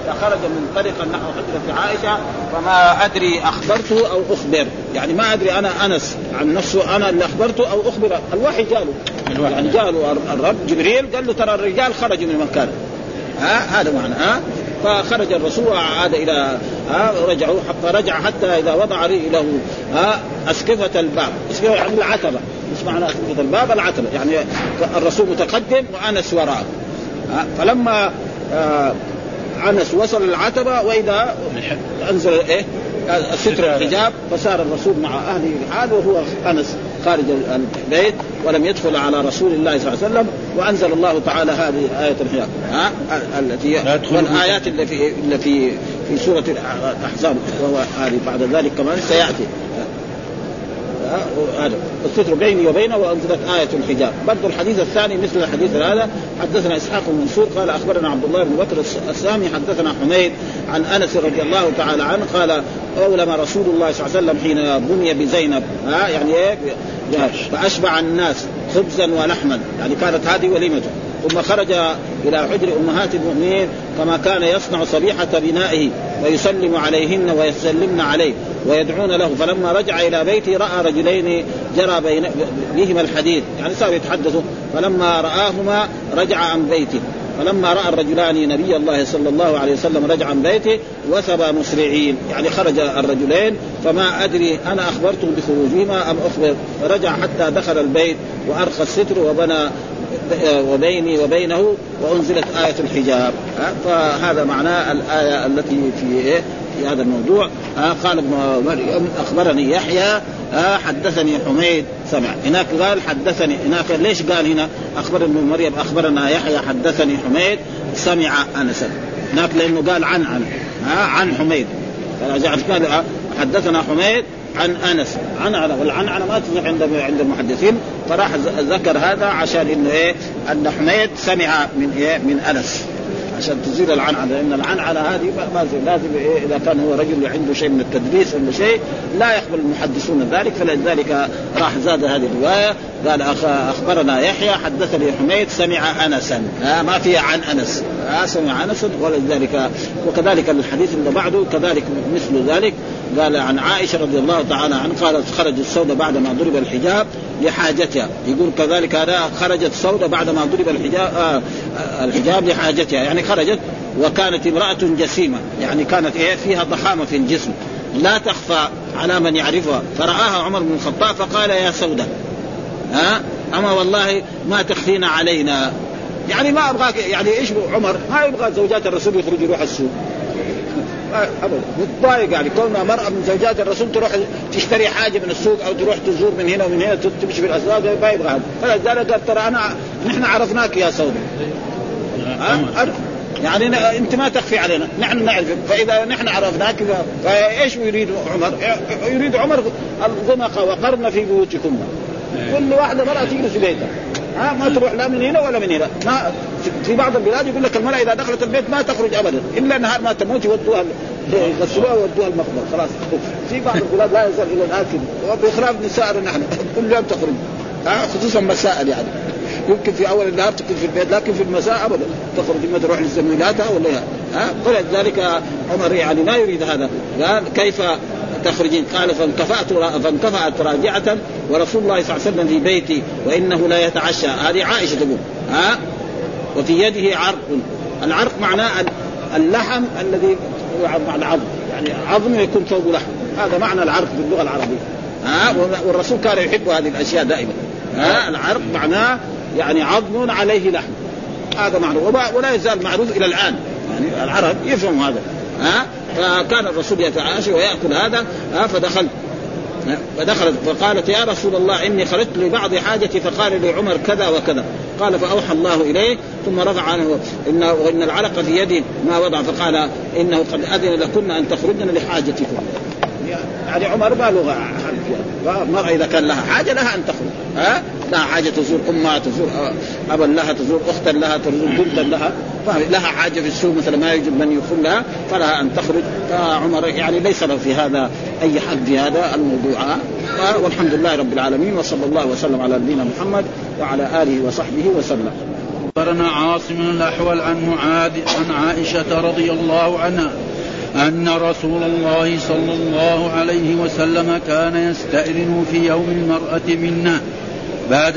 فخرج من طريق نحو حجرة عائشة فما أدري أخبرته أو أخبر، يعني ما أدري أنا أنس عن نفسه أنا اللي أخبرته أو أخبر. الوحي جاله يعني جاله الرب جبريل قال له ترى الرجال خرجوا من مكان هذا معنى فخرج الرسول وعاد إلى رجعوا حتى إذا وضع له أسقفة الباب، أسقفة يعني العتبة، مش معنى أسقفة الباب العتبة، يعني الرسول متقدم وأنس وراءه. فلما أنس وصل العتبة وإذا أنزل الستر الحجاب فصار الرسول مع أهله بحال وهو أنس خارج البيت ولم يدخل على رسول الله صلى الله عليه وسلم. وأنزل الله تعالى هذه آية الحجاب التي والآيات اللي في سورة الأحزاب، وهو هذه بعد ذلك كمان سيأتي هذا الستر بيني وبينه وأنزلت آية الحجاب. برضو الحديث الثاني مثل الحديث هذا. حدثنا إسحاق بن منصور قال أخبرنا عبد الله بن بكر السامي حدثنا حميد عن أنس رضي الله تعالى عنه قال أولم رسول الله صلى الله عليه وسلم حين بني بزينب يعني فأشبع الناس خبزا ولحما، يعني كانت هذه وليمته، ثم خرج إلى حجر أمهات المؤمنين كما كان يصنع صبيحة بنائه ويسلم عليهن ويسلمن عليه ويدعون له. فلما رجع إلى بيته رأى رجلين جرى بهما الحديث، يعني صار يتحدثوا، فلما رآهما رجع عن بيته. فلما رأى الرجلان نبي الله صلى الله عليه وسلم رجع عن بيته وثبا مسرعين، يعني خرج الرجلين فما أدري أنا أخبرته بخروجهما أم أخبر، فرجع حتى دخل البيت وأرخى الستر وبنى وبيني وبينه وأنزلت آية الحجاب. فهذا معناه الآية التي في هذا الموضوع. قال ابن مريم أخبرني يحيى حدثني حميد سمع، هناك قال حدثني، هناك ليش قال هنا أخبر ابن مريم أخبرنا يحيى حدثني حميد سمع أنس، هناك لأنه قال عن حميد، قال حدثنا حميد عن أنس والعنعنة ما تزح عند المحدثين، فراح ذكر هذا عشان إنه أن حميد سمع من أنس عشان تزيل العنعنة، لأن العنعنة هذه لازم إذا كان هو رجل عنده شيء من التدريس ولا شيء لا يقبل المحدثون ذلك، فلذلك راح زاد هذه الرواية قال أخبرنا يحيى حدثني حميد سمع أنسا، ما فيها عن أنس، سمع أنس. ولذلك وكذلك الحديث اللي بعده كذلك مثل ذلك، قال عن عائشة رضي الله تعالى عنها قالت خرجت السودة بعد ما ضرب الحجاب لحاجتها، يقول كذلك هذا خرجت السودة بعد ما ضرب الحجاب لحاجتها، يعني خرجت وكانت امرأة جسيمة، يعني كانت فيها ضخامة في الجسم لا تخفى على من يعرفها، فرآها عمر بن الخطاب فقال يا سودة أما والله ما تخفين علينا، يعني ما أبغاك، يعني إيش عمر ما يبغى زوجات الرسول يخرج يروح السوق أبدا، متضايق يعني كونها مرأة من زوجات الرسول تروح تشتري حاجة من السوق أو تروح تزور من هنا ومن هنا تمشي في الأسواق ما يبغى هذا. فلذلك قال ترى نحن عرفناك يا سودة يعني أنت ما تخفي علينا، نحن نعرف، فإذا نحن عرفناك فإيش يريد عمر؟ يريد عمر الغنقة وقرن في بيوتكم، كل واحدة مرأة تجلس في بيتها ما تروح لا من هنا ولا من هنا. ما في بعض البلاد يقول لك المرأة إذا دخلت البيت ما تخرج أبدا إلا نهار ما تموت يودوها يغسلوها ويودوها المقبرة خلاص. في بعض البلاد لا يزال إلى الآن كذا، وبإخراج نسائنا نحن كل يوم تخرج خصوصا مساء، يعني يمكن في أول النهار تكون في البيت لكن في المساء أبدا تخرج إما تروح لزميلاتها ولا فلذلك عمر يعني ما يريد هذا، قال كيف تخرجين؟ قال فانكفأت راجعة ورسول الله صلى الله عليه وسلم في بيتي وإنه لا يتعشى. هذه عائشة تقول وفي يده عرق، العرق معناه اللحم الذي مع العظم، يعني عظم يكون فوق لحم، هذا معنى العرق باللغة العربية. والرسول كان يحب هذه الأشياء دائما. العرق معناه يعني عظم عليه لحم، هذا معنى، ولا يزال معروف إلى الآن، يعني العرب يفهم هذا. فكان الرسول يتعاشى ويأكل هذا. فدخلت فقالت يا رسول الله إني خرجت لبعض حاجتي فقال لي عمر كذا وكذا، قال فأوحى الله إليه ثم رفع عنه إن العلق في يدي ما وضع، فقال إنه قد أذن لكن أن تخرجن لحاجتكم. يعني عمر ما له مرأة إذا كان لها حاجة لها أن تخرج، لها حاجة تزور أمها، تزور أبا لها، تزور أختا لها، تزور بنتا لها، لها حاجة في السوق مثلا ما يوجد من يدخل لها فلها أن تخرج. فعمر يعني ليس له في هذا أي حق في هذا الموضوع. والحمد لله رب العالمين، وصلى الله وسلم على نبينا محمد وعلى آله وصحبه وسلم. أخبرنا عاصم الأحول عن معاذ عن عائشة رضي الله عنها أن رسول الله صلى الله عليه وسلم كان يستأذن في يوم المرأة منا بعد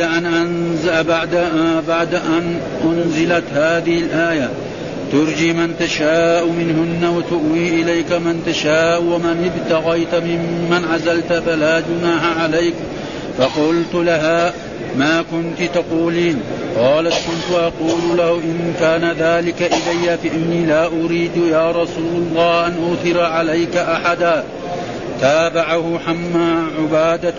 أن أنزلت هذه الآية: ترجي من تشاء منهن وتؤوي إليك من تشاء ومن ابتغيت ممن عزلت فلا جناح عليك. فقلت لها: ما كنت تقولين؟ قالت: كنت أقول له إن كان ذلك إلي فإني لا أريد يا رسول الله أن أؤثر عليك أحدا. تابعه عبادة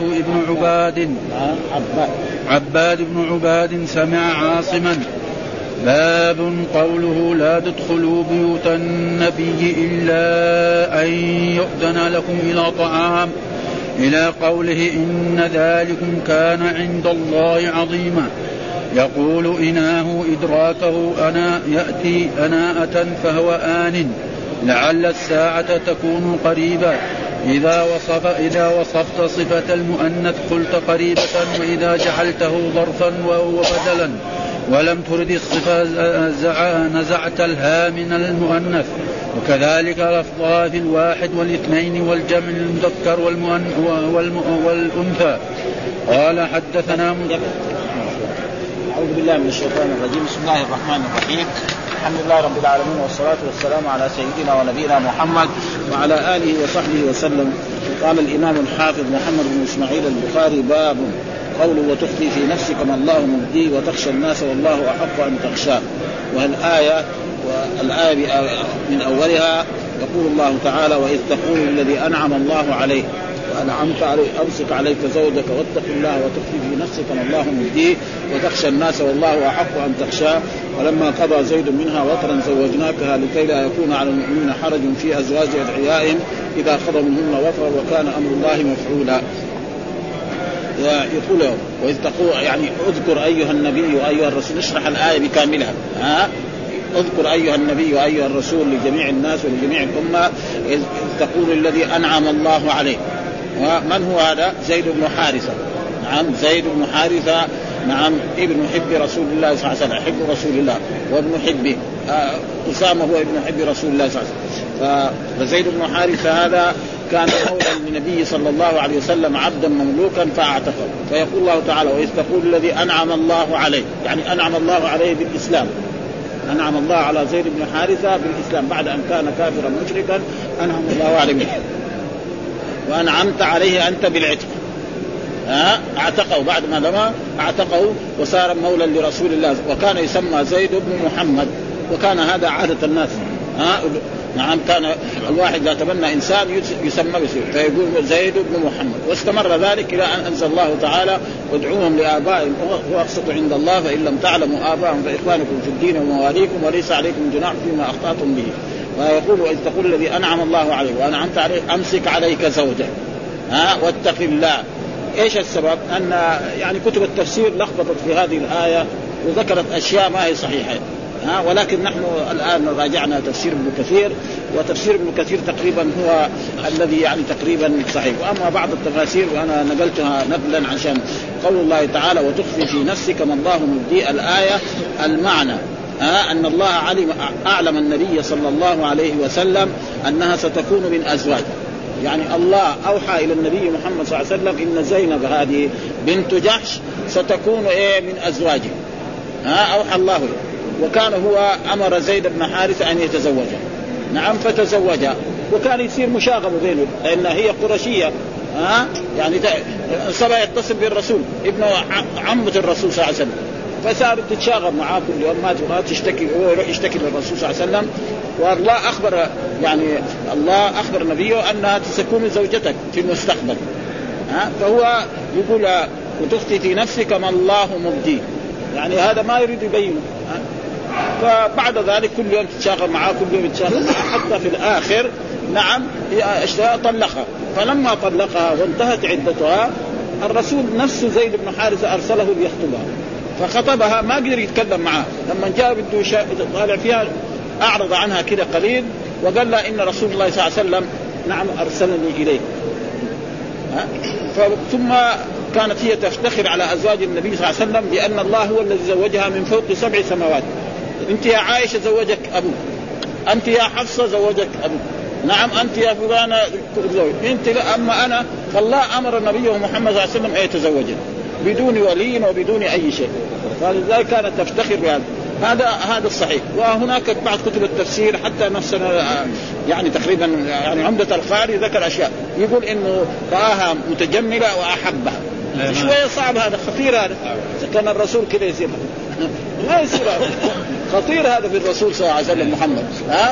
عباد بن عباد سمع عاصما. باب قوله: لا تدخلوا بيوت النبي إلا أن يؤذن لكم إلى طعام، إلى قوله: إن ذلكم كان عند الله عظيما. يقول إناه إدراكه أنا يأتي أناءة فهو آن، لعل الساعة تكون قريبة. إذا وصفت صفة المؤنث قلت قريبة، وإذا جعلته ظرفا وهو بدلا ولم ترد الصفة نزعت الها من المؤنث. وكذلك لفظها في الواحد والاثنين والجمع المذكر والأنثى. قال: حدثنا أعوذ بالله من الشيطان الرجيم. بسم الله الرحمن الرحيم. الحمد لله رب العالمين، والصلاة والسلام على سيدنا ونبينا محمد وعلى آله وصحبه وسلم. قال الإمام الحافظ محمد بن إسماعيل البخاري: باب قوله: وتخفي في نفسك ما الله مبديه وتخشى الناس والله أحق أن تخشاه. والآية من أولها يقول الله تعالى: وإذ تقول الذي أنعم الله عليه وأنعمت عليه أمسك عليك زوجك واتق الله وتخفي في نفسك ما الله مبديه وتخشى الناس والله أحق أن تخشاه. ولما قضى زيد منها وطرا زوجناكها لكي لا يكون على المؤمنين حرج في أزواج أدعيائهم إذا قضى منهن وطرا وكان أمر الله مفعولا. يقول: وإذ تقول، يعني اذكر أيها النبي وأيها الرسول. اشرح الآية بكاملها. اذكر أيها النبي وأيها الرسول لجميع الناس ولجميع الأمة. إذ تقول الذي أنعم الله عليه. ومن هو هذا؟ زيد بن حارثة. نعم، زيد بن حارثة، نعم، ابن حب رسول الله صلى الله عليه وسلم، حب رسول الله وابن حبه. أسامة هو ابن حب رسول الله صلى الله عليه وسلم. فزيد بن حارثة هذا كان مولى للنبي صلى الله عليه وسلم، عبدا مملوكا فاعتقه. فيقول الله تعالى: وإذ تقول الذي أنعم الله عليه، يعني أنعم الله عليه بالإسلام. أنعم الله على زيد بن حارثة بالإسلام بعد أن كان كافرا مشركا، أنعم الله عليه. وأنعمت عليه أنت بالعتق. اعتقه بعد ما لما اعتقه وصار مولى لرسول الله، وكان يسمى زيد بن محمد. وكان هذا عادة الناس. نعم، كان الواحد إذا تبنى إنسان يسمى باسمه فيقول زيد بن محمد. واستمر ذلك إلى أن أنزل الله تعالى: وادعوهم لآبائهم هو أقسط عند الله فإن لم تعلموا آبائهم فإخوانكم في الدين ومواليكم وليس عليكم جناح فيما أخطأتم به. ويقول: وإذ تقول الذي أنعم الله عليه وأنعمت عليه أمسك عليك زوجك واتق الله. إيش السبب؟ أن يعني كتب التفسير لخبطت في هذه الآية وذكرت أشياء ما هي صحيحة. ولكن نحن الآن راجعنا تفسير ابن كثير، وتفسير ابن كثير تقريبا هو الذي يعني تقريبا صحيح. وأما بعض التفاسير وأنا نقلتها نقلا عشان قول الله تعالى: وتخفي في نفسك ما الله مبديه. الآية المعنى أن الله أعلم النبي صلى الله عليه وسلم أنها ستكون من أزواجه. يعني الله أوحى إلى النبي محمد صلى الله عليه وسلم إن زينب هذه بنت جحش ستكون من أزواجه. أوحى الله له. وكان هو أمر زيد بن حارثة أن يتزوجها. نعم، فتزوجها. وكان يصير مشاغب بينه لأن هي قرشية. يعني سبا يتصل بالرسول، ابن عمة الرسول صلى الله عليه وسلم، فصارت تتشاغب معاه كل يوم، ما تشتكي، هو يروح يشتكي للرسول صلى الله عليه وسلم. والله أخبر، يعني الله أخبر نبيه أنها ستكون زوجتك في المستقبل. فهو يقول: وتخفي في نفسك ما الله مبديه. يعني هذا ما يريد يبينه. فبعد ذلك كل يوم تتشاغل معاه، كل يوم تتشاغل معاه، حتى في الآخر نعم طلقها. فلما طلقها وانتهت عدتها، الرسول نفسه زيد بن حارثة أرسله ليخطبها، فخطبها ما قدر يتكلم معها. لما جاء بده طالع فيها أعرض عنها كده قليل، وقال لها: إن رسول الله صلى الله عليه وسلم نعم أرسلني إليك. ثم كانت هي تفتخر على أزواج النبي صلى الله عليه وسلم بأن الله هو الذي زوجها من فوق 7 سماوات. أنت يا عائشة زوجك أبوك، أنت يا حفصة زوجك أبوك، نعم أنت يا فلانة زوج أنت لا. أما أنا فالله أمر النبي محمد صلى الله عليه وسلم أن يتزوجني بدون ولي وبدون أي شيء، فلذلك كانت تفتخر بهذا. هذا الصحيح. وهناك بعض كتب التفسير حتى نفسنا يعني تقريبا يعني عمدة القاري ذكر أشياء يقول إنه رآها متجملة وأحبها. شوية صعب هذا، خطير هذا. كان الرسول كده يصير ما يصير هذا. خطير هذا في الرسول صلى الله عليه وسلم محمد.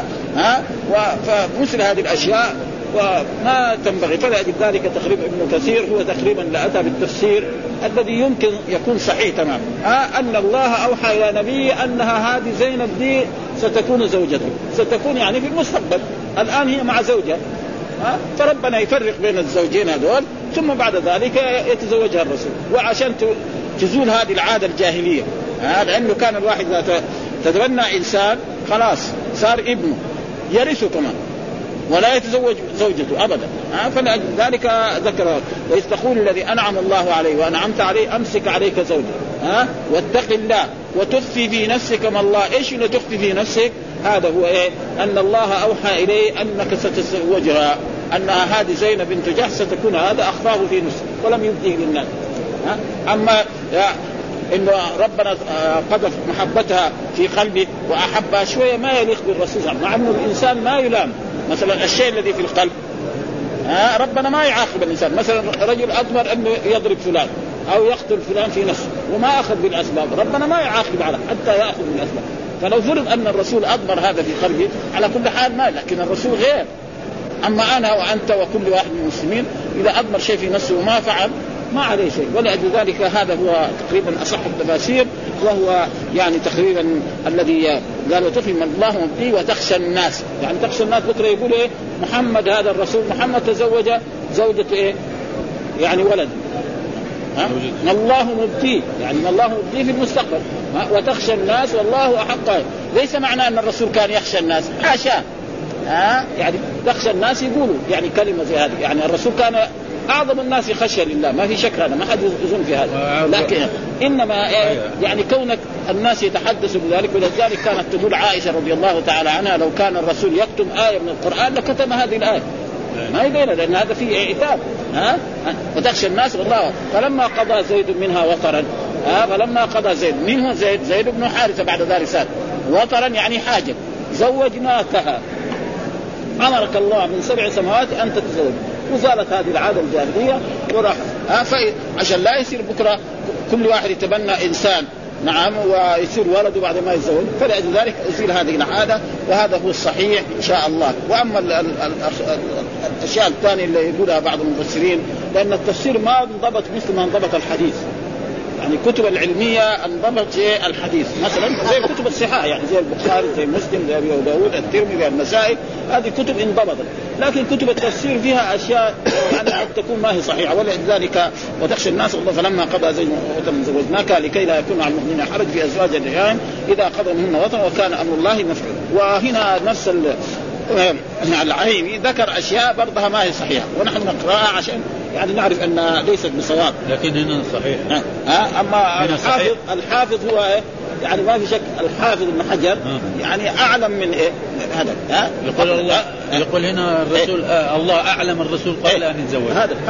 فمثل هذه الأشياء وما تنبغي. فلأجل ذلك تقريبا ابن كثير هو تقريبا لأتى بالتفسير الذي يمكن يكون صحيح تمام. أن الله أوحى إلى نبي أنها هذه زينب دي ستكون زوجته، ستكون يعني في المستقبل. الآن هي مع زوجها، فربنا يفرق بين الزوجين هذول ثم بعد ذلك يتزوجها الرسول. وعشان تزول هذه العادة الجاهلية، لأنه كان الواحد إذا تتبنى إنسان خلاص صار ابنه يرثه كمان ولا يتزوج زوجته أبدا. فلذلك ذكر وإذ تقول الذي أنعم الله عليه وأنعمت عليه أمسك عليك زوجك واتق الله وتخفي في نفسك ما الله. إيش اللي تخفي في نفسك؟ هذا هو إيه؟ أن الله أوحى إليه أنك ستتزوجها، أنها هذه زينب بنت جحش ستكون، هذا أخفاه في نفسه ولم يبديه للناس. أما إنه ربنا قذف محبتها في قلبه وأحبها شوية ما يليق بالرسول، مع أنه الإنسان ما يلام. مثلا الشيء الذي في القلب ربنا ما يعاقب الإنسان. مثلا رجل أضمر أنه يضرب فلان أو يقتل فلان في نفسه وما أخذ بالأسباب، ربنا ما يعاقب على حتى يأخذ بالأسباب. فلو فرض أن الرسول أضمر هذا في قلبه على كل حال ما، لكن الرسول غير. أما أنا وأنت وكل واحد من المسلمين إذا أضمر شيء في نفسه وما فعل ما عليه شيء. ولأجل ذلك هذا هو تقريبا أصح التفاسير، وهو يعني تقريبا الذي قالوا تفهم الله مبدي وتخشى الناس. يعني تخشى الناس بكرة يقول إيه محمد هذا الرسول محمد تزوج زوجة إيه يعني ولد، ما الله مبدي يعني ما الله مبدي في المستقبل. وتخشى الناس والله أحق. ليس معنى أن الرسول كان يخشى الناس، حاشا. يعني تخشى الناس يقولوا يعني كلمة زي هذه. يعني الرسول كان أعظم الناس خشية لله، ما في شك، هذا ما حد يظن في هذا. لكن إنما يعني كونك الناس يتحدثوا بذلك. ولذلك كانت تقول عائشة رضي الله تعالى عنها لو كان الرسول يكتم آية من القرآن لكتم هذه الآية، ما يدينا، لأن هذا فيه عتاب. وتخشى الناس والله. فلما قضى زيد منها وطرا، فلما قضى زيد منه زيد بن حارثة بعد ذلك ساد وطرا يعني حاجة زوجناكها، أمرك الله من 7 سماوات أن تتزوج. وزالت هذه العادة الجاهلية وراح. عشان لا يصير بكرة كل واحد يتبنى إنسان نعم ويصير ولده بعد ما يتزوج، فلذلك أزيل هذه العادة، وهذا هو الصحيح إن شاء الله. وأما الأشياء الثانية اللي يقولها بعض المفسرين، لأن التفسير ما انضبط مثل ما انضبط الحديث. يعني الكتب العلمية انضبط الحديث، مثلا زي الكتب الصحاح يعني زي البخاري زي مسلم زي أبي داود الترمذي النسائي، هذه كتب انضبطت. لكن كتب التفسير فيها أشياء يعني قد تكون ما هي صحيحة. ولذلك وتخشى الناس الله فلما قضى زيد وطرا زوجناك لكي لا يكون على المؤمنين حرج في أزواج الرجال إذا قضى منهن وطرا وكان أمر الله مفعولا. وهنا نفس العيني ذكر أشياء برضها ما هي صحيحة ونحن نقرأها عشان يعني نعرف أنها ليست بصواب، لكن هنا صحيح. أما الحافظ هو يعني ما في شك الحافظ ابن حجر يعني أعلم من هذا. يقول الله يقول هنا الرسول الله أعلم الرسول قبل أن يتزوج.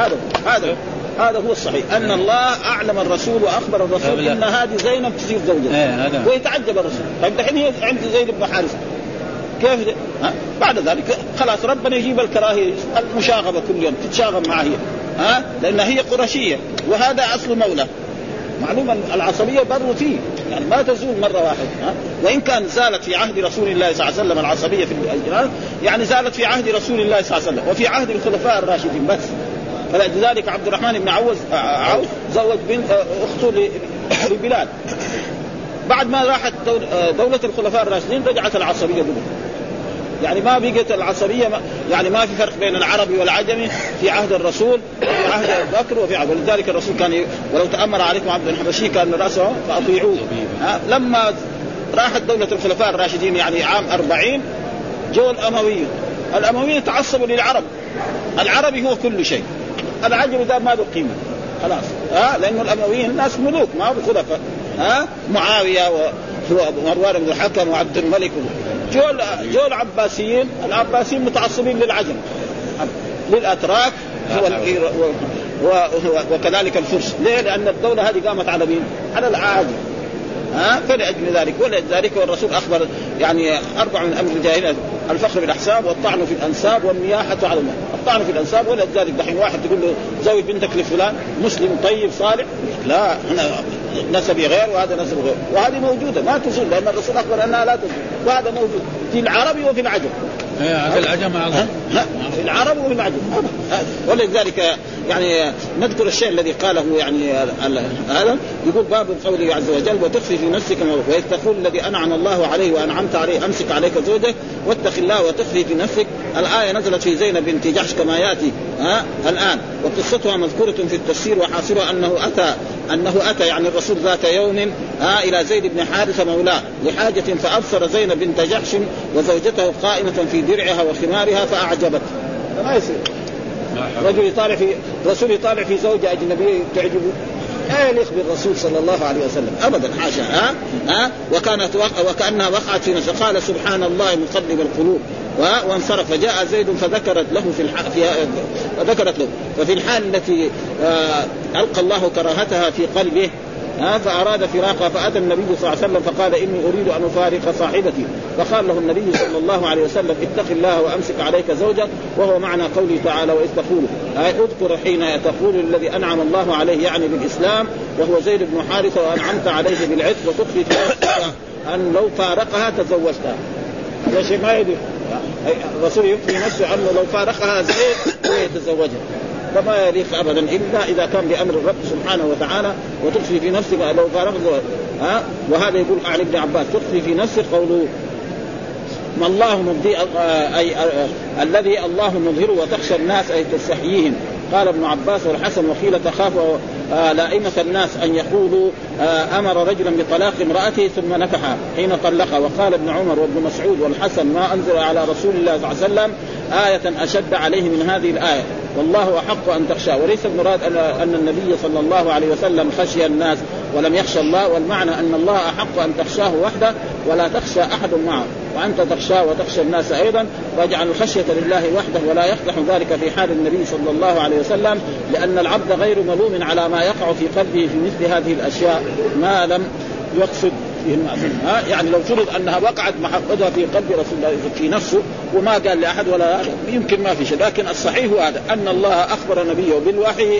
هذا هو الصحيح، أن الله أعلم الرسول وأخبر الرسول إن هذه زينب تصير زوجته. ويتعجب الرسول طيب دحين هي عند زيد بن حارثة كيف بعد ذلك خلاص ربنا يجيب الكراهية المشاغبة كل يوم تتشاغب معها هي لأن هي قرشية وهذا أصل مولى. معلومة العصبية بروا فيه يعني ما تزول مرة واحدة. وإن كان زالت في عهد رسول الله صلى الله عليه وسلم العصبية في الجنان، يعني زالت في عهد رسول الله صلى الله عليه وسلم وفي عهد الخلفاء الراشدين بس. فلذلك عبد الرحمن بن عوف زوج بنت أخته لبلال. بعد ما راحت دولة الخلفاء الراشدين رجعت العصبية دولة. يعني ما بقت العصبية يعني ما في فرق بين العربي والعجمي في عهد الرسول وفي عهد أبي بكر وفي عهد. ولذلك الرسول كان ولو تأمر عليكم عبد الحبشي كان رأسه فأطيعوه. لما راحت دولة الخلفاء الراشدين يعني عام 40 جو الأمويين تعصبوا للعرب. العربي هو كل شيء، العجمي ده ما له قيمة خلاص. لأنه الأمويين ناس ملوك ما هو خلفاء. معاوية ومروان بن الحكم وعبد الملك جو العباسيين متعصبين للعجم للأتراك وكذلك الفرس. ليه؟ لأن الدولة هذه قامت على مين؟ على العاجم. فلأجل ذلك ولذلك والرسول أخبر يعني 4 من أمر الجاهلية: الفخر بالأحساب والطعن في الأنساب والنياحة على المال. الطعن في الأنساب ولذلك دحين واحد تقول له زوج بنتك لفلان مسلم طيب صالح، لا أنا نسبي غير وهذا نسبي غير، وهذه موجودة ما تزول لأن الرسول أخبر أنها لا تزول، وهذا موجود في العربي وفي العجم. في العجم في العرب وفي العجم. ولذلك يعني نذكر الشيء الذي قاله يعني هذا يقول باب قوله عز وجل: وتخفي في نفسك وإذ تقول الذي أنعم الله عليه وأنعمت عليه أمسك عليك زوجك واتق الله وتخفي في نفسك. الآية نزلت في زينب بنت جحش كما يأتي الآن، وقصتها مذكورة في التفسير، وحاصلها أنه أتى يعني الرسول ذات يوم إلى زيد بن حارثة مولاه لحاجة، فأبصر زينب بنت جحش وزوجته قائمة في درعها وخمارها فأعجبت. ما يصير رجل يطالع في رسول يطالع في زوجة أجنبية تعجبه، يليق بالرسول صلى الله عليه وسلم أبدا، حاشا. وكأنها وقعت في نفسه. قال: سبحان الله مقلب القلوب، وانصرف. فجاء زيد فذكرت له فذكرت له ففي الحال التي ألقى الله كراهتها في قلبه فأراد فراقها، فأتى النبي صلى الله عليه وسلم فقال: إني أريد أن أفارق صاحبتي. فقال له النبي صلى الله عليه وسلم: اتق الله وأمسك عليك زوجك، وهو معنى قوله تعالى: وإذ تقول. اذكر حين تقول الذي أنعم الله عليه يعني بالإسلام وهو زيد بن حارثة وأنعمت عليه بالعتق، وتخفي في نفسك أن لو فارقها تزوجتها. هذا شيء ما يدري الرسول يخفي نفسه أنه لو فارقها زيد ويتزوجها، فما يليق أبدا إلا إذا كان بأمر الرب سبحانه وتعالى. وتخفي في نفسك لو فارقت. وهذا يقول عن ابن عباس: تخفي في نفسك قوله ما الله مبدي أي الذي الله مظهره وتخشى الناس أي تستحييهم. قال ابن عباس والحسن: وقيل تخاف لائمة الناس أن يقولوا أمر رجلا بطلاق امرأته ثم نكحها حين طلقها. وقال ابن عمر وابن مسعود والحسن: ما أنزل على رسول الله صلى الله عليه وسلم آية أشد عليه من هذه الآية، والله أحق أن تخشى. وليس المراد أن النبي صلى الله عليه وسلم خشي الناس ولم يخشى الله، والمعنى أن الله أحق أن تخشاه وحده ولا تخشى أحد معه، وأنت تخشى وتخشى الناس أيضا، واجعل الخشية لله وحده. ولا يقدح ذلك في حال النبي صلى الله عليه وسلم، لأن العبد غير ملوم على ما يقع في قلبه في مثل هذه الأشياء ما لم يقصد فيه المعصية. يعني لو فرض أنها وقعت محقدها في قلب رسول الله في نفسه وما قال لأحد ولا يمكن ما في شيء، لكن الصحيح هذا أن الله أخبر نبيه بالوحي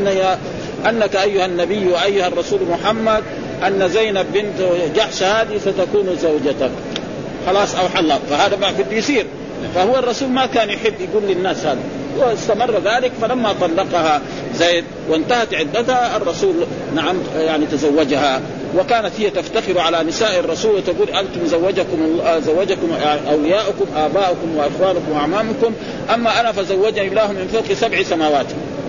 أنك أيها النبي وأيها الرسول محمد أن زينب بنت جحش هذه ستكون زوجتك، خلاص أو حلق. فهذا ما في يصير، فهو الرسول ما كان يحب يقول للناس هذا، واستمر ذلك. فلما طلقها زيد وانتهت عدتها الرسول نعم يعني تزوجها. وكانت هي تفتخر على نساء الرسول وتقول: أنتم زوجكم أولياؤكم آباؤكم وأخوانكم وأعمامكم، أما أنا فزوجني الله من فوق 7 سماوات.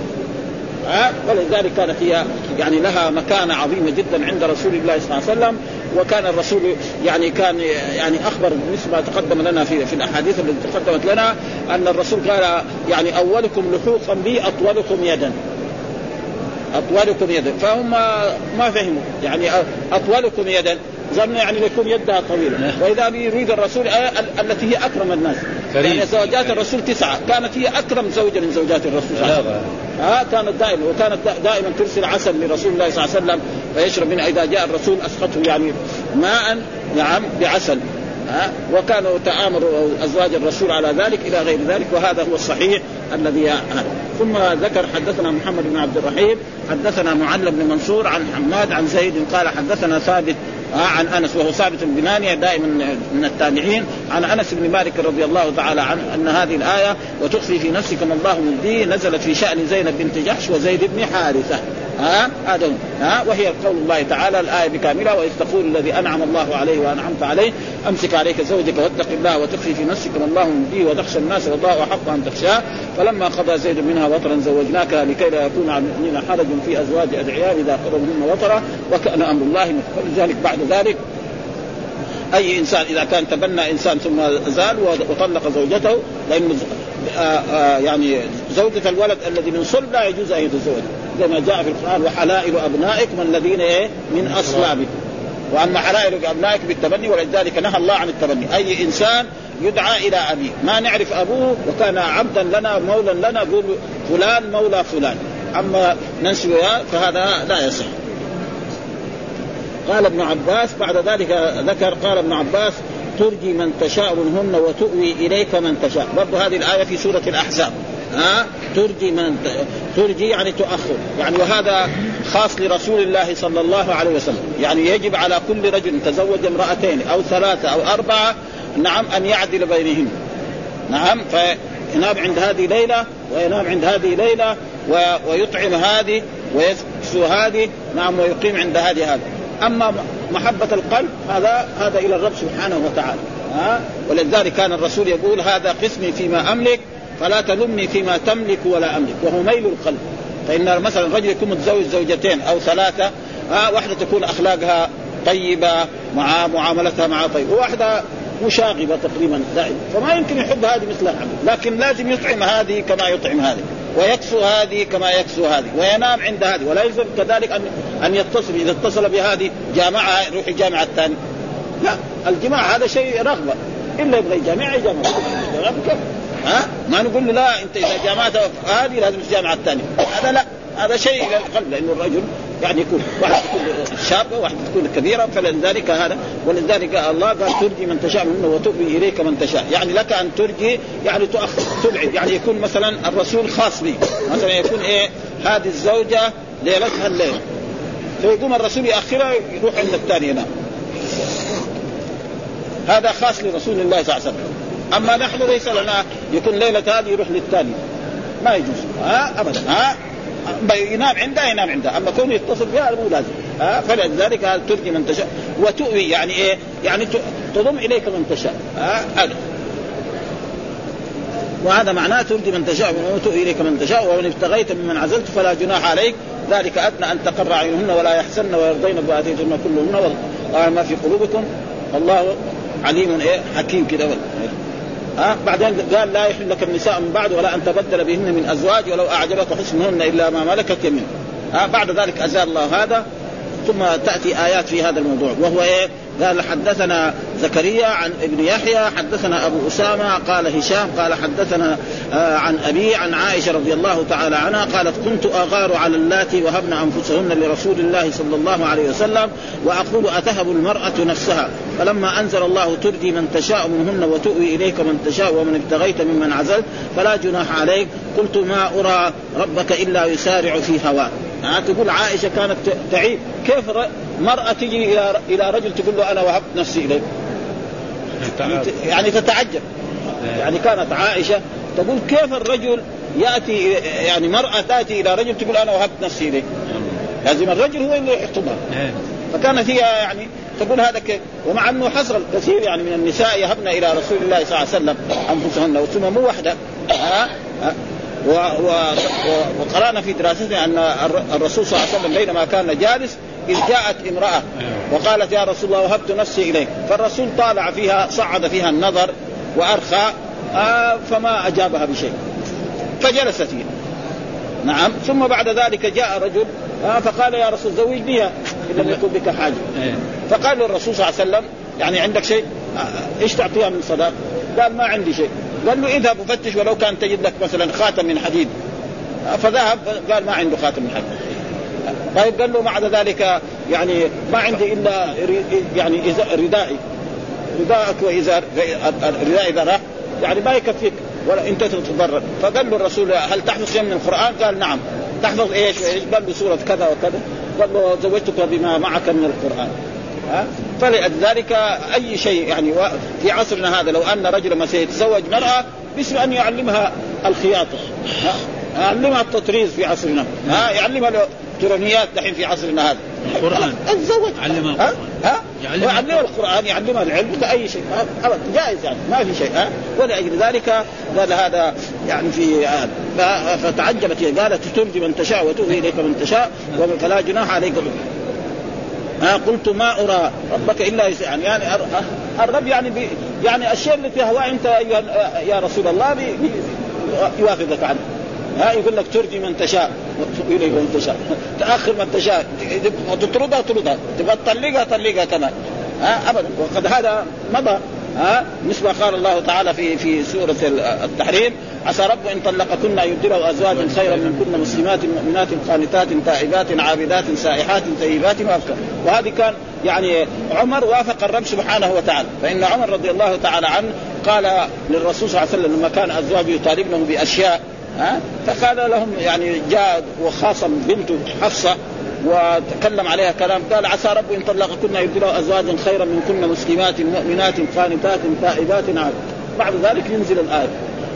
ولذلك كانت هي يعني لها مكانة عظيمة جدا عند رسول الله صلى الله عليه وسلم. وكان الرسول يعني كان يعني أخبر مثل ما تقدم لنا في الأحاديث التي تقدمت لنا أن الرسول قال يعني أولكم لحوقا بي أطولكم يدا، أطولكم يدا. فهم ما فهموا يعني أطولكم يدا ظنوا يعني يكون يدها طويلة، وإذا يريد الرسول التي هي أكرم الناس. يعني زوجات الرسول 9، كانت هي أكرم زوجة من زوجات الرسول. كانت دائما، وكانت دائما ترسل عسل لرسول الله صلى الله عليه وسلم فيشرب منه. إذا جاء الرسول أسقطه يعني ماء نعم بعسل. وكانوا تآمروا أزواج الرسول على ذلك إلى غير ذلك، وهذا هو الصحيح الذي هذا. ثم ذكر: حدثنا محمد بن عبد الرحيم حدثنا معل بن منصور عن حماد عن زيد قال حدثنا ثابت عن أنس، وهو ثابت البناني دائما من التابعين، عن أنس بن مالك رضي الله تعالى عنه أن هذه الآية وتخفي في نفسك ما الله مبديه نزلت في شأن زينب بنت جحش وزيد بن حارثة. هذا وهي قول الله تعالى الآية بكاملة: وإذ تقول الذي أنعم الله عليه وأنعمت عليه أمسك عليك زوجك واتق الله وتخفي في نفسك ما الله مبديه وتخشى الناس والله أحق أن تخشاه، فلما قضى زيد منها وطرا زوجناكها لكي لا يكون على المؤمنين حرج في أزواج أدعياء إذا قضوا منهن وطرا وكان أمر الله مفعولا. ذلك بعد ذلك أي إنسان إذا كان تبنى إنسان ثم زال وطلق زوجته، لأن يعني زوجة الولد الذي من صلب لا يجوز أن يتزوج، زي ما جاء في القرآن وحلائل أبنائكم الذين من أصلابكم. وأما حلائل أبنائك بالتبني، ولذلك نهى الله عن التبني. أي إنسان يدعى إلى أبيه ما نعرف أبوه وكان عبدا لنا مولا لنا نقول فلان مولى فلان، أما ننسبه فهذا لا يصح. قال ابن عباس بعد ذلك ذكر قال ابن عباس ترجي من تشاء منهن وتؤوي إليك من تشاء. برضو هذه الآية في سورة الأحزاب. ترجي يعني تؤخر يعني، وهذا خاص لرسول الله صلى الله عليه وسلم. يعني يجب على كل رجل تزوج امرأتين أو ثلاثة أو أربعة نعم أن يعدل بينهم. نعم فينام عند هذه ليلة وينام عند هذه ليلة ويطعم هذه ويكسو هذه نعم ويقيم عند هذه. أما محبة القلب هذا إلى الرب سبحانه وتعالى. ولذلك كان الرسول يقول هذا قسمي فيما أملك فلا تلمني فيما تملك ولا أملك، وهو ميل القلب. فإن مثلا رجل يكون متزوج زوجتين أو ثلاثة، واحدة تكون أخلاقها طيبة مع معاملتها مع طيب، وواحدة مشاغبة تقريبا دائما، فما يمكن يحب هذه مثل الحب، لكن لازم يطعم هذه كما يطعم هذه، ويكسو هذه كما يكسو هذه، وينام عند هذه. ولا يلزم كذلك أن يتصل، إذا اتصل بهذه جامعها يروح الجامعة الثانية، لا، الجماع هذا شيء رغبة، إلا يبغى يجامع ما نقول له لا أنت إذا جامعت هذه لازم الجامعة الثانية، هذا لا، هذا شيء إلى القلب، لأنه الرجل يعني يكون واحد تكون شابة واحد تكون كبيرة، فلذلك هذا. ولذلك الله قال ترجي من تشاء منه وتؤوي إليك من تشاء، يعني لك أن ترجي يعني تؤخر تبعد، يعني يكون مثلا الرسول خاص به، مثلا يكون هذه الزوجة ليلتها الليل، فيقوم الرسول يأخرها يروح عند الثاني ينام، هذا خاص لرسول الله صلى الله عليه وسلم. أما نحن ليس لنا يكون ليلة هذه يروح للثاني، ما يجوز أبدا. ينام عندها ينام عندها، أما كونه يتصل بها مو لازم. فلذلك هذا ترجي من تشاء وتؤوي يعني يعني تضم إليك من تشاء. وهذا معناه ترجي من تشاء وتؤوي إليك من تشاء. ومن ابتغيت ممن عزلت فلا جناح عليك، ذلك أدنى أن تقر عينهن ولا يحزن ويرضين بآتيتهن كلهن وما في قلوبكم الله عليم حكيم كده. بعدين قال لا يحل لك النساء من بعد ولا أن تبدل بهن من أزواج ولو أعجبك حسنهن إلا ما ملكت يمين. بعد ذلك أزال الله هذا، ثم تأتي آيات في هذا الموضوع، وهو قال حدثنا زكريا عن ابن يحيى حدثنا أبو أسامة قال هشام قال حدثنا عن أبي عن عائشة رضي الله تعالى عنها قالت كنت أغار على اللاتي وهبن أنفسهن لرسول الله صلى الله عليه وسلم وأقول أتهب المرأة نفسها، فلما أنزل الله ترجي من تشاء منهن وتؤوي إليك من تشاء ومن ابتغيت ممن عزلت فلا جناح عليك، قلت ما أرى ربك إلا يسارع في هواه. تقول عائشة كانت تعيب كيف مرأة تجي إلى رجل تقول له أنا وهبت نفسي إليك، يعني تتعجب. يعني كانت عائشة تقول كيف الرجل يأتي، يعني مرأة تأتي إلى رجل تقول أنا وهبت نفسي إليك، لازم الرجل هو اللي يحطبها. فكانت هي يعني تقول هذا كيف، ومع أنه حصل كثير يعني من النساء يهبن إلى رسول الله صلى الله عليه وسلم أنفسهن، وثم مو واحدة. وقرأنا في دراستنا أن الرسول صلى الله عليه وسلم بينما كان جالس إذ جاءت امرأة وقالت يا رسول الله وهبت نفسي إليك، فالرسول طالع فيها صعد فيها النظر وأرخى فما أجابها بشيء فجلست فيها. نعم. ثم بعد ذلك جاء رجل فقال يا رسول زوجنيها إن لم يكن بك حاجة، فقال له الرسول صلى الله عليه وسلم يعني عندك شيء إيش تعطيها من صداق؟ قال ما عندي شيء. قال له اذهب وفتش ولو كان تجد لك مثلا خاتم من حديد، فذهب قال ما عنده خاتم من حديد. طيب قال له بعد ذلك يعني ما عندي إلا يعني ردائي، رداءك وإزار رداء إذا راح يعني ما يكفيك ولا أنت تتضرر. فقال له الرسول هل تحفظ شيء من القرآن؟ قال نعم. تحفظ إيش وإيش؟ قال له سورة كذا وكذا. قال له زوجتك بما معك من القرآن. فلذلك أي شيء يعني في عصرنا هذا لو أن رجل ما سيتزوج مرأة باسم أن يعلمها الخياطة، يعلمها التطريز في عصرنا، يعلمها الإلكترونيات دحين في عصرنا هذا، القرآن الزوج يعلمها يعلمها القرآن يعلمها العلم كأي شيء جائز يعني ما في شيء. ولأجل ذلك قال هذا يعني في فتعجبت قالت ترجي من تشاء وتؤوي إليك من تشاء فلا جناح عليك. قلت ما أرى ربك إلا يعني الرب يعني الشيء التي هو أنت يا رسول الله يوافقك عنه، يقول لك ترجي من تشاء إليك من تشاء، تأخر من تشاء، وتطردها تبقى تطلقها كمان أبدا. وقد هذا مضى مثل ما قال الله تعالى في سورة التحريم: عسى رب إن طلقكن يبدله أزواجا خيرا منكن مسلمات مؤمنات قانتات تائبات عابدات سائحات ثيبات وأبكار. وهذه كان يعني عمر وافق الرب سبحانه وتعالى، فإن عمر رضي الله تعالى عنه قال للرسول صلى الله عليه وسلم لما كان أزواجه يطالبنه بأشياء فقال لهم يعني جاء وخاصم بنته حفصة وتكلم عليها كلام، قال: عسى رب إن طلقكن يبدله أزواجا خيرا منكن مسلمات مؤمنات قانتات تائبات عابدات. بعد ذلك ينزل الآية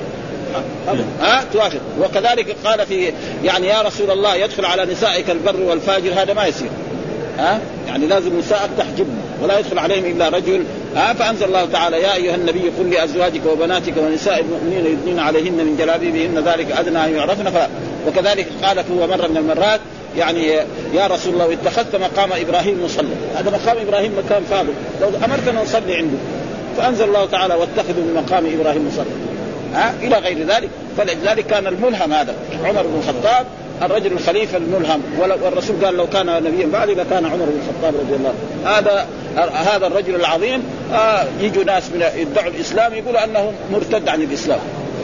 توافق. وكذلك قال في يعني يا رسول الله يدخل على نسائك البر والفاجر، هذا ما يصير يعني لازم نسائك تحجبهم ولا يدخل عليهم إلا رجل فأنزل الله تعالى: يا أيها النبي قل لأزواجك وبناتك ونساء المؤمنين يدنين عليهن من جلابيبهن ذلك أدنى أن يعرفن. وكذلك قالت هو مرة من المرات يعني يا رسول الله اتخذت مقام إبراهيم مصلى، هذا مقام إبراهيم مكان فاضل لو أمرتنا نصلي عنده، فأنزل الله تعالى: واتخذوا من مقام إبراهيم مصلى إلى غير ذلك. فلذلك كان الملهم هذا عمر بن الخطاب الرجل الخليفة الملهم، والرسول قال: لو كان نبيا بعد لكان عمر بن الخطاب رضي الله. هذا الرجل العظيم يجوا ناس من يدعوا الإسلام يقولوا أنه مرتد عن الإسلام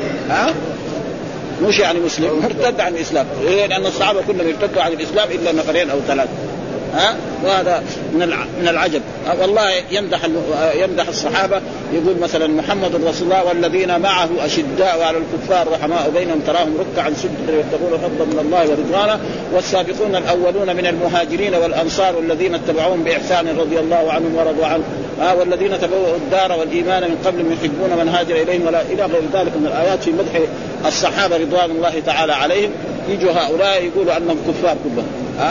مش يعني مسلم، مرتد عن الإسلام، لأن الصحابة كلهم يرتدوا عن الإسلام إلا نفرين أو ثلاثة وهذا من العجب. والله يمدح الصحابة، يقول مثلا: محمد رسول الله والذين معه أشداء على الكفار رحماء بينهم تراهم ركعا سجدا يبتغون فضلا من الله ورضوانا والسابقون الأولون من المهاجرين والأنصار والذين اتبعوهم بإحسان رضي الله عنهم ورضوا عنه والذين تبوأوا الدار والإيمان من قبل يحبون من هاجر إليهم ولا إلى غير ذلك من الآيات في مدح الصحابة رضوان الله تعالى عليهم. يجوا هؤلاء يقولوا أنهم كفار كلهم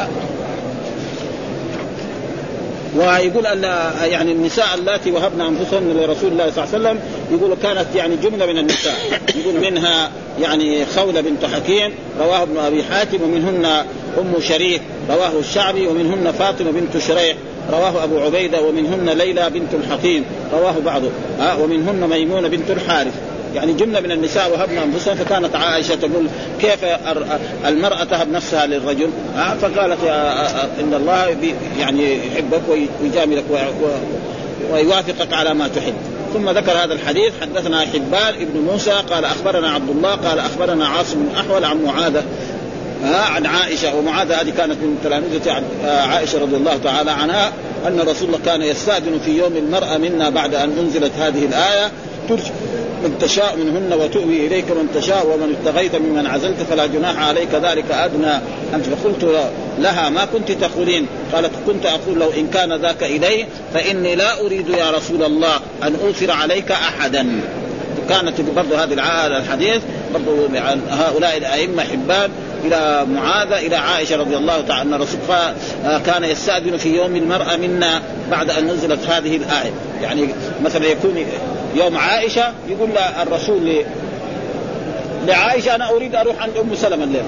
ويقول أن يعني النساء اللاتي وهبن أنفسهن لرسول الله صلى الله عليه وسلم يقولوا كانت يعني جملة من النساء، يقول منها يعني خولة بنت حكيم رواه ابن أبي حاتم، ومنهن أم شريك رواه الشعبي، ومنهن فاطمة بنت شريح رواه أبو عبيدة، ومنهن ليلى بنت الحكيم رواه بعضه ومنهن ميمونة بنت الحارث. يعني جملة من النساء وهبنا أنفسهم. فكانت عائشة تقول: كيف المرأة تهب نفسها للرجل؟ فقالت: إن الله يعني يحبك ويجاملك ويوافقك على ما تحب. ثم ذكر هذا الحديث: حدثنا حبان ابن موسى قال أخبرنا عبد الله قال أخبرنا عاصم بن أحول عن معاذة عن عائشة، ومعاذة هذه كانت من تلاميذة عائشة رضي الله تعالى عنها، أن رسول الله كان يستأذن في يوم المرأة منا بعد أن أنزلت هذه الآية: ترجع من تشاء منهن وتؤوي إليك من تشاء ومن ابتغيت ممن عزلت فلا جناح عليك ذلك أدنى أنت. فقلت لها: ما كنت تقولين؟ قالت: كنت أقول لو إن كان ذاك إليه فإني لا أريد يا رسول الله أن أوثر عليك أحدا. كانت برضو هذه الحديث برضو عن هؤلاء الأئمة حبان إلى معاذة إلى عائشة رضي الله تعالى أن الرسول كان يستأذن في يوم المرأة منا بعد أن نزلت هذه الآية. يعني مثلا يكون يوم عائشة يقول الرسول لعائشة: أنا أريد أروح عند أم سلمة الليلة.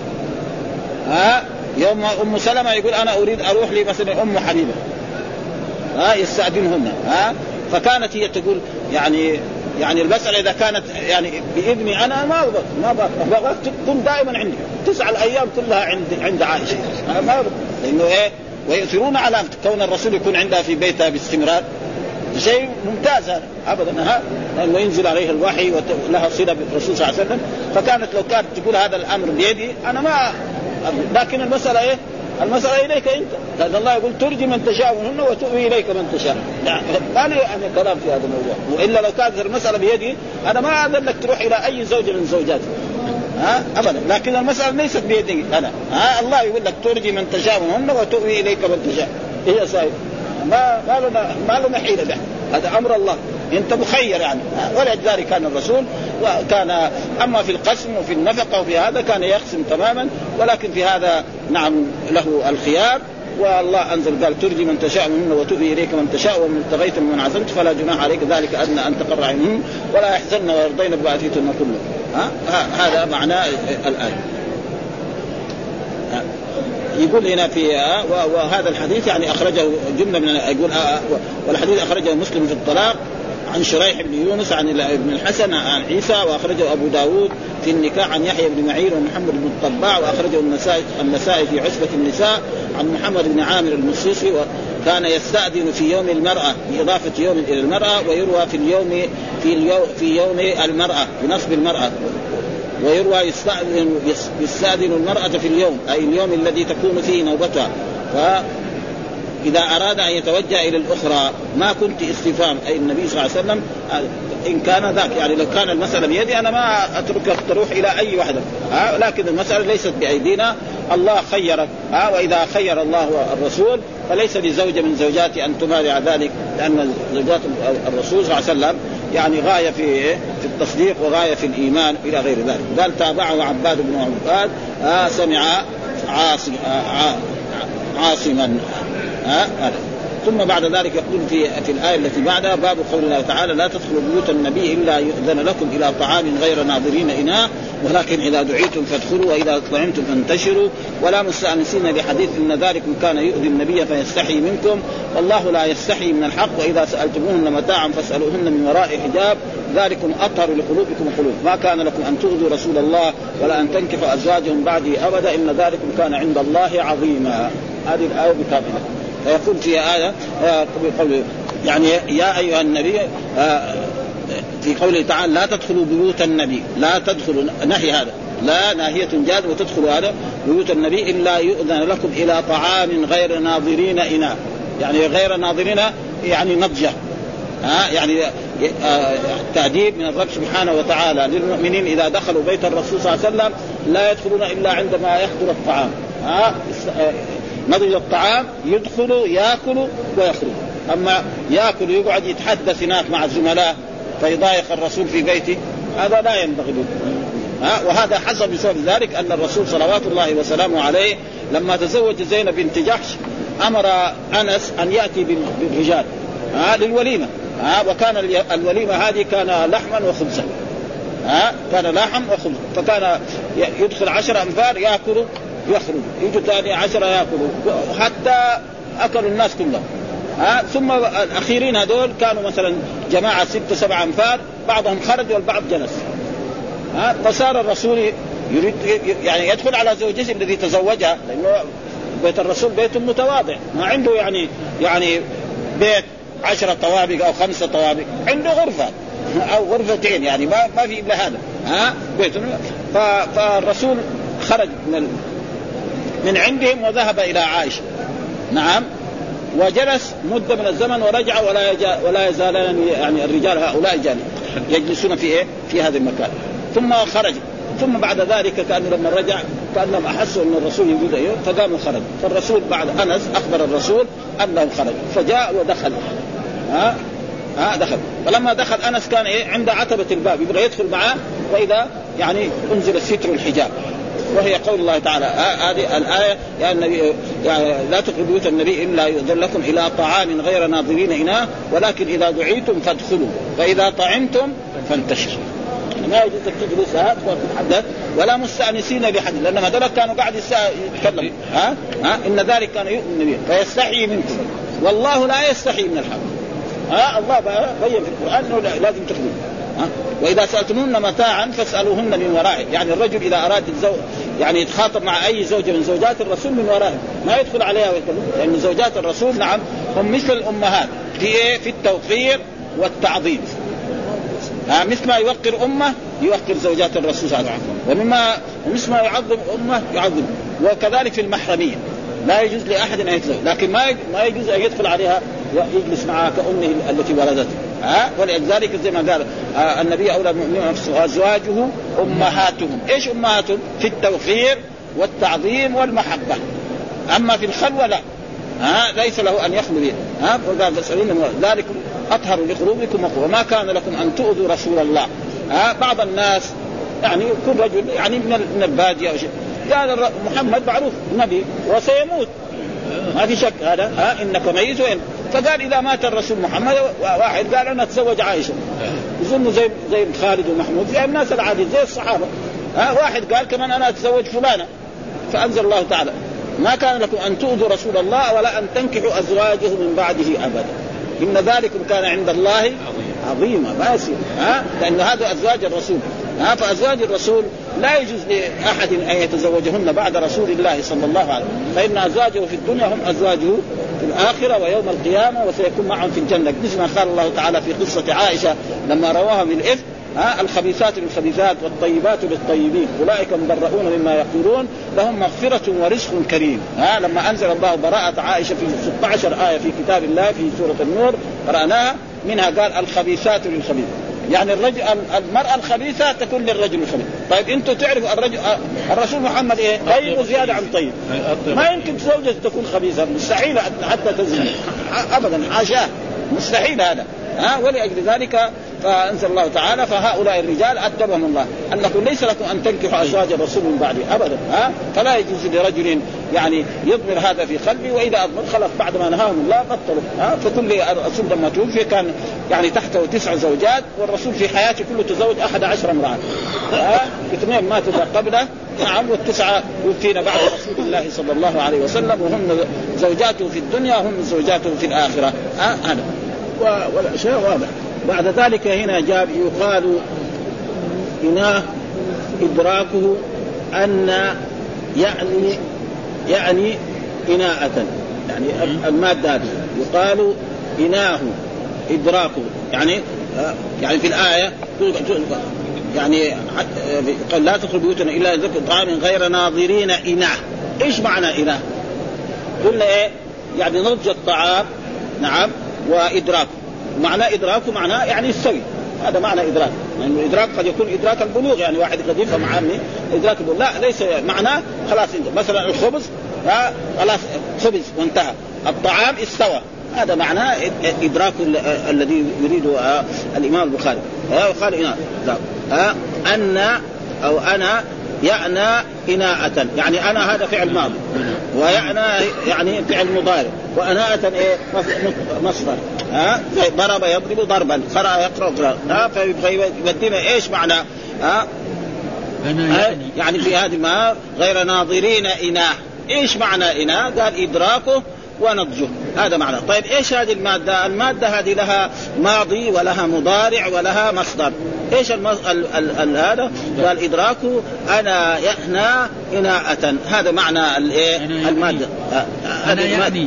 يوم أم سلمة يقول: أنا أريد أروح لي مثلا أم حبيبة. يستأذنهن. فكانت هي تقول يعني المسألة إذا كانت يعني بإذني أنا ما بغيت تكون دائما عندي 9 الأيام كلها عند عائشة. ما لأنه ويؤثرون على كون الرسول يكون عندها في بيتها باستمرار، شيء ممتاز أبدا لأنه ينزل عليه الوحي ولها صلة بالرسول صلى الله عليه وسلم. فكانت لو كانت تقول هذا الأمر بيدي أنا ما لكن المسألة المسألة إليك أنت، لأن الله يقول: ترجي من تشاء منهن وتؤوي إليك من تشاء. يعني ما لي أنا كلام في هذا الموضوع، وإلا لو كانت المسألة بيدي أنا ما أذن لك تروح إلى أي زوجة من زوجاتي أبدا. لكن المسألة ليست بيدي أنا. الله يقول لك: ترجي من تشاء منهن وتؤوي إليك من تشاء. هي سائل ما لنا حيلة به، هذا أمر الله، أنت مخير يعني. ولذلك كان الرسول وكان أما في القسم وفي النفقة وفي هذا كان يقسم تماما، ولكن في هذا نعم له الخيار. والله أنزل قال: ترجي من تشاء منهن وتؤوي إليك من تشاء ومن ابتغيت ممن عزلت فلا جناح عليك ذلك أدنى أن تقر عينهن ولا يحزن ويرضين ببعثيتهن كله. هذا معناه الآية. يقول هنا في وهذا الحديث يعني أخرجه جملة من يقول والحديث أخرجه مسلم في الطلاق عن شريح بن يونس عن ابن الحسن عن عيسى، وأخرجه أبو داود في النكاح عن يحيى بن معين ومحمد بن الطباع، وأخرجه النسائي في عصبة النساء عن محمد بن عامر المصيصي، وكان يستأذن في يوم المرأة بإضافة يوم إلى المرأة، ويروى في يوم المرأة بنصب المرأة، ويروى يستأذن المرأة في اليوم أي اليوم الذي تكون فيه نوبتها، فإذا أراد أن يتوجه إلى الأخرى ما كنت استفهام أي النبي صلى الله عليه وسلم إن كان ذاك، يعني لو كان المسألة بيدي أنا ما أتركك تروح إلى أي واحدة، لكن المسألة ليست بأيدينا، الله خيرك، وإذا خير الله الرسول فليس لزوجة من زوجاتي أن تمارع ذلك، لأن زوجات الرسول صلى الله عليه وسلم يعني غاية في التصديق وغاية في الإيمان إلى غير ذلك. قال تابعه عباد بن عباد سمع عاصما. ثم بعد ذلك يقول في الآية التي بعدها باب قول الله تعالى لا تدخلوا بيوت النبي إلا يؤذن لكم إلى طعام غير ناظرين إناء ولكن إذا دعيتم فادخلوا وإذا طعمتم فانتشروا ولا مستأنسين لحديث إن ذلكم كان يؤذي النبي فيستحي منكم والله لا يستحي من الحق وإذا سألتموهن متاعا فاسألوهن من وراء حجاب ذلكم أطهر لقلوبكم وقلوب ما كان لكم أن تؤذوا رسول الله ولا أن تنكحوا أزواجهم بعده أبدا إن ذلكم كان عند الله عظيما. هذه الآية بكاملة. فيقول في آية يعني يا أيها النبي في قوله تعالى لا تدخلوا بيوت النبي لا تدخلوا نهي هذا لا ناهية جاز وتدخلوا هذا بيوت النبي إلا يؤذن لكم إلى طعام غير ناظرين إناء يعني غير ناظرين يعني نضجة يعني تأديب من الرب سبحانه وتعالى للمؤمنين إذا دخلوا بيت الرسول صلى الله عليه وسلم لا يدخلون إلا عندما يحضر الطعام نضج الطعام يدخلوا يأكلوا ويخرجوا. أما يأكل يقعد يتحدث هناك مع الزملاء فيضايق الرسول في بيته هذا لا ينبغي وهذا حصل بسبب ذلك أن الرسول صلوات الله وسلامه عليه لما تزوج زينب بنت جحش أمر أنس أن يأتي بالرجال للوليمة وكان الوليمة هذه كان لحما وخبزا كان لحم وخبز فكان يدخل 10 أنفار يأكلوا يخرج يجوا ثاني 10 يأكلوا حتى أكلوا الناس كلهم ثم الأخيرين هذول كانوا مثلا جماعة 6-7 أنفار بعضهم خرج والبعض جلس فصار الرسول يريد يعني يدخل على زوجته الذي تزوجها لأنه بيت الرسول بيت متواضع ما عنده يعني بيت 10 طوابق أو 5 طوابق عنده غرفة أو غرفتين يعني ما في إلا هذا بيت فالرسول خرج من عندهم وذهب إلى عائشة نعم وجلس مدة من الزمن ورجع ولا يزالان يعني الرجال هؤلاء يجلسون في هذا المكان ثم خرج ثم بعد ذلك كأنه لما رجع كأنهم أحسوا أن الرسول يوجد فقاموا خرج فالرسول بعد أنس أخبر الرسول أنه خرج فجاء ودخل دخل فلما دخل أنس كان عند عتبة الباب يبغى يدخل معه وإذا يعني أنزل الستر الحجاب وهي قول الله تعالى هذه الآية يا النبي لا تدخلوا بيوت النبي إلا يؤذن لكم إلى طعام غير ناظرين إناء ولكن إذا دعيتم فادخلوا فإذا طعمتم فانتشروا ما يجوز تجلس وتتحدث ولا مستأنسين بحد لأن هذول كانوا قاعد يتكلموا إن ذلك كان يؤمن النبي فيستحي منكم والله لا يستحي من الحق الله بين في القرآن إنه لازم تخرجوا وإذا سألتموهن متاعا فاسألوهن من ورائه يعني الرجل إذا أراد يعني يتخاطب مع أي زوجة من زوجات الرسول من ورائه ما يدخل عليها لأن زوجات الرسول نعم هم مثل الأمهات في التوقير والتعظيم مثل ما يوقر أمه يوقر زوجات الرسول صلى الله عليه وسلم ومثل ما يعظم أمه يعظم وكذلك في المحرمية لا يجوز لأحد أن يتزوج لكن ما يجوز أن يدخل عليها يجلس معها كأمه التي ولدته ولذلك زي ما قال النبي أولى المؤمنين أزواجه أمهاتهم إيش أمهاتهم في التوقير والتعظيم والمحبة أما في الخلوة لا ليس له أن يخلو بها وقال فاسألين ذلكم أطهر لقلوبكم وما كان لكم أن تؤذوا رسول الله بعض الناس يعني كل رجل يعني من البادية أو شيء قال محمد معروف نبي وسيموت ما في شك هذا إنك ميت فقال إذا مات الرسول محمد واحد قال أنا أتزوج عائشة يظنوا زي خالد ومحمود زي الناس العادية زي الصحابة واحد قال كمان أنا أتزوج فلانة فأنزل الله تعالى ما كان لكم أن تؤذوا رسول الله ولا أن تنكحوا أزواجه من بعده أبدا إن ذلكم كان عند الله عظيما ما يصير لأن هذا أزواج الرسول فأزواج الرسول لا يجوز لأحد أن يتزوجهن بعد رسول الله صلى الله عليه وسلم، فإن أزواجه في الدنيا هم أزواجه في الآخرة ويوم القيامة وسيكون معهم في الجنة، مثل ما قال الله تعالى في قصة عائشة لما رواها بالإفك الخبيثات للخبيثات والطيبات للطيبين أولئك مبرؤون مما يقولون لهم مغفرة ورزق كريم. لما أنزل الله براءة عائشة في 16 آية في كتاب الله في سورة النور قرأناها، منها قال الخبيثات للخبيث، يعني المرأة الخبيثة تكون للرجل الخبيث. طيب أنتوا تعرفوا الرسول محمد إيه؟ طيب وزيادة عن طيب، ما يمكن زوجة تكون خبيثة، مستحيل حتى تزني أبدا، حاشاه، مستحيل هذا. ولأجل ذلك فأنزل الله تعالى فهؤلاء الرجال أدبهم الله أنكم ليس لكم أن تنكحوا أزواج الرسول من بعده أبدا. فلا يجوز لرجل يعني يضمر هذا في قلبه، وإذا أضمر خلق بعد ما نهاهم الله بطلوا. فكل الرسول لما توفي كان يعني تحته 9 زوجات، والرسول في حياته كله تزوج 11 امرأة، 2 ماتوا قبله و9 يوفين بعد رسول الله صلى الله عليه وسلم، وهم زوجاته في الدنيا هم زوجاته في الآخرة. هذا والأشياء واضح. بعد ذلك هنا جاب يقال إناه إدراكه أن يعني إناءة، يعني المادة هذه يقال إناه إدراكه، يعني في الآية يعني قال لا تدخل بيوتنا إلا ذكر طعام غير ناظرين إناه. إيش معنى إناه؟ قلنا إيه؟ يعني نضج الطعام، نعم، وإدراكه. معنى إدراكه معناه يعني السوي، هذا معنى إدراك. يعني الإدراك قد يكون إدراك البلوغ، يعني واحد قد يفهم عامي إدراك البلوغ، لا ليس معناه خلاص مثلا الخبز خلاص خبز وانتهى، الطعام استوى، هذا معناه إدراك الذي يريده الإمام البخاري. وقال إناء أن أو أنا يعنى إناءة، يعني أنا هذا فعل ماضي، ويعنى يعني فعل مضارع، وأناءة إيه مصدر. ضرب يضرب ضربا، قرأ يقرأ قراءة. فيبدينا إيش معنى يعني في هذه ما غير ناظرين إناء. إيش معنى إناء؟ قال إدراكه ونضجه، هذا معنى. طيب إيش هذه المادة؟ المادة هذه لها ماضي ولها مضارع ولها مصدر. إيش هذا؟ قال إدراكه أنا يحنى إناءة، هذا معنى المادة. أنا يعني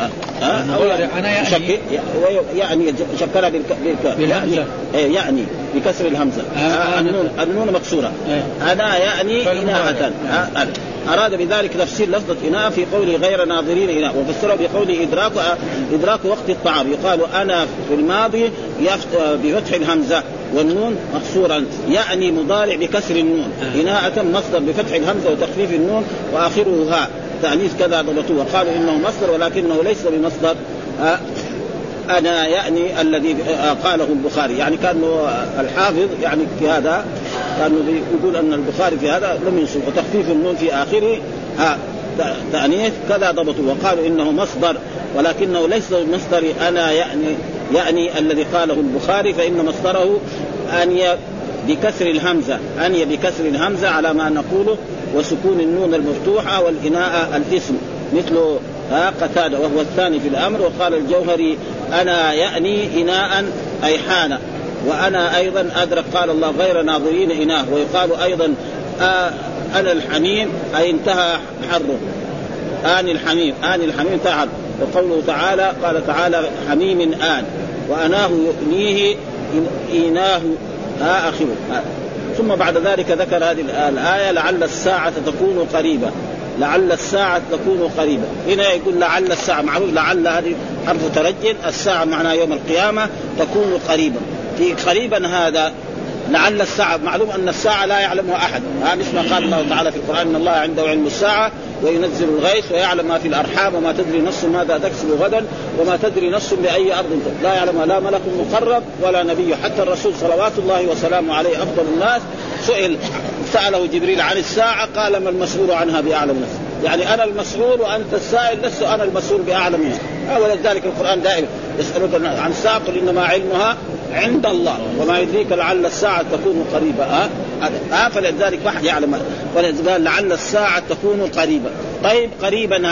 يعني شكلها بالهمزة، يعني بكسر الهمزة، النون مكسورة. أنا يعني إناءة، أراد بذلك تفسير لفظة إناء في قوله غير ناظرين إناء، وفسره بقوله إدراك وقت الطعام. يقال أنا في الماضي بفتح الهمزة والنون مكسورا، يعني مضارع بكسر النون، إناءة مصدر بفتح الهمزة وتخفيف النون وآخره ها تأنيث كذا ضبطوه. قالوا إنه مصدر ولكنه ليس بمصدر. أنا يعني الذي قاله البخاري، يعني كانوا الحافظ يعني في هذا كانوا يقول أن البخاري في هذا لم ينصب، وتخفيف النون في آخره تأنيث كذا ضبطوه. وقالوا إنه مصدر ولكنه ليس بمصدر أنا يعني الذي قاله البخاري، فإن مصدره أني بكسر الهمزة، أني بكسر الهمزة على ما نقوله، وسكون النون المفتوحة، والإناء الاسم مثل قتادة وهو الثاني في الأمر. وقال الجوهري أنا يعني إناء أي حان، وأنا أيضا أدرك قال الله غير ناظرين إناه. ويقال أيضا أنا الحميم أي انتهى حره، آن الحميم انتهى حره. وقوله تعالى قال تعالى حميم آن، وأناه يؤنيه إناه آخره. ثم بعد ذلك ذكر هذه الآية لعل الساعة تكون قريبة، لعل الساعة تكون قريبة. هنا يقول لعل الساعة، معروف لعل هذه حرف ترجل، الساعة معناها يوم القيامة تكون قريبا. في قريبا هذا لعل الساعة، معلوم أن الساعة لا يعلمها أحد، مثل ما قال الله تعالى في القرآن إن الله عنده علم الساعة وينزل الغيث ويعلم ما في الأرحام وما تدري نفس ماذا تكسب غدا وما تدري نفس بأي أرض لا يعلمها لا ملك مقرب ولا نبي. حتى الرسول صلوات الله وسلامه عليه أفضل الناس سأله جبريل عن الساعة قال ما المسؤول عنها بأعلم نفسه، يعني أنا المسؤول وأنت السائل، لست أنا المسؤول بأعلم نفسه. ولذلك القرآن دائما يسألك عن الساعة قل إنما علمها عند الله وما يدريك لعل الساعة تكون قريبة. فلذلك واحد يعلم، فلذلك قال لعل الساعة تكون قريبة. طيب قريبا هذا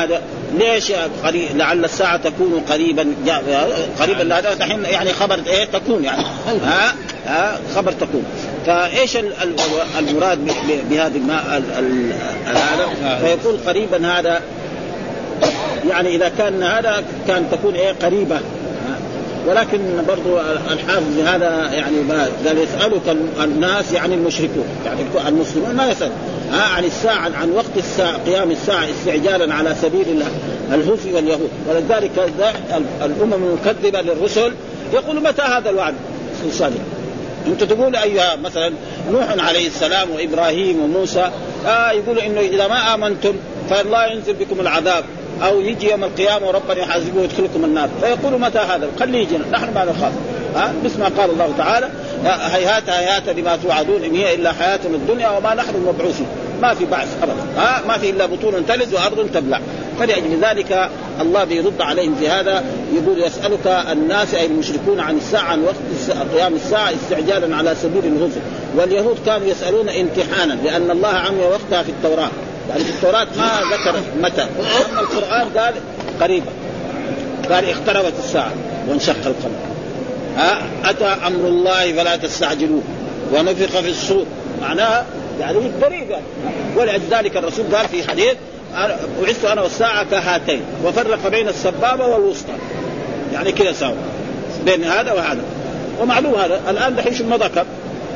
ليش قريب؟ لعل الساعة تكون قريبا. قريبا لا دحين يعني خبر إيه تكون يعني خبر تكون. فإيش المراد بهذه هذا؟ فيقول قريبا هذا يعني إذا كان هذا كان تكون إيه قريبة. ولكن برضو الحافظ هذا يعني قال يسألك الناس يعني المشركون يعني المسلمون ما يسأل عن الساعة عن وقت الساعة قيام الساعة استعجالا على سبيل الهزء واليهود. ولذلك الأمم المكذبة للرسل يقول متى هذا الوعد صادق؟ أنت تقول أيها مثلا نوح عليه السلام وإبراهيم وموسى يقول إنه إذا ما آمنتم فالله ينزل بكم العذاب أو يجي يوم القيامة وربنا يحاسبه ويدخلكم النار. فيقولوا متى هذا؟ خليه يجينا نحن ما نخاف. مثل ما قال الله تعالى هيهات هيهات لما توعدون إن هي إلا حياتنا الدنيا وما نحن مبعوثين. ما في بعث أبدا. ما في إلا بطون تلد وأرض تبلع. فلأجل ذلك الله بيرد عليهم في هذا يقول يسألك الناس أي المشركون عن الساعة عن وقت قيام الساعة استعجالا على سبيل الهزء. واليهود كانوا يسألون امتحانا لأن الله عمي وقتها في التوراة. يعني في التوراة ما ذكر متى. أما القرآن قال قريبا. قال اقتربت الساعة وانشق القمر. أتى أمر الله فلا تستعجلوه ونفخ في الصور. معناها يعني قريب يعني. ولذلك الرسول قال في حديث بعثت أنا والساعة كهاتين وفرق بين السبابة والوسطى. يعني كذا سوا بين هذا وهذا. ومعلوم هذا الآن دحين شو مضى كم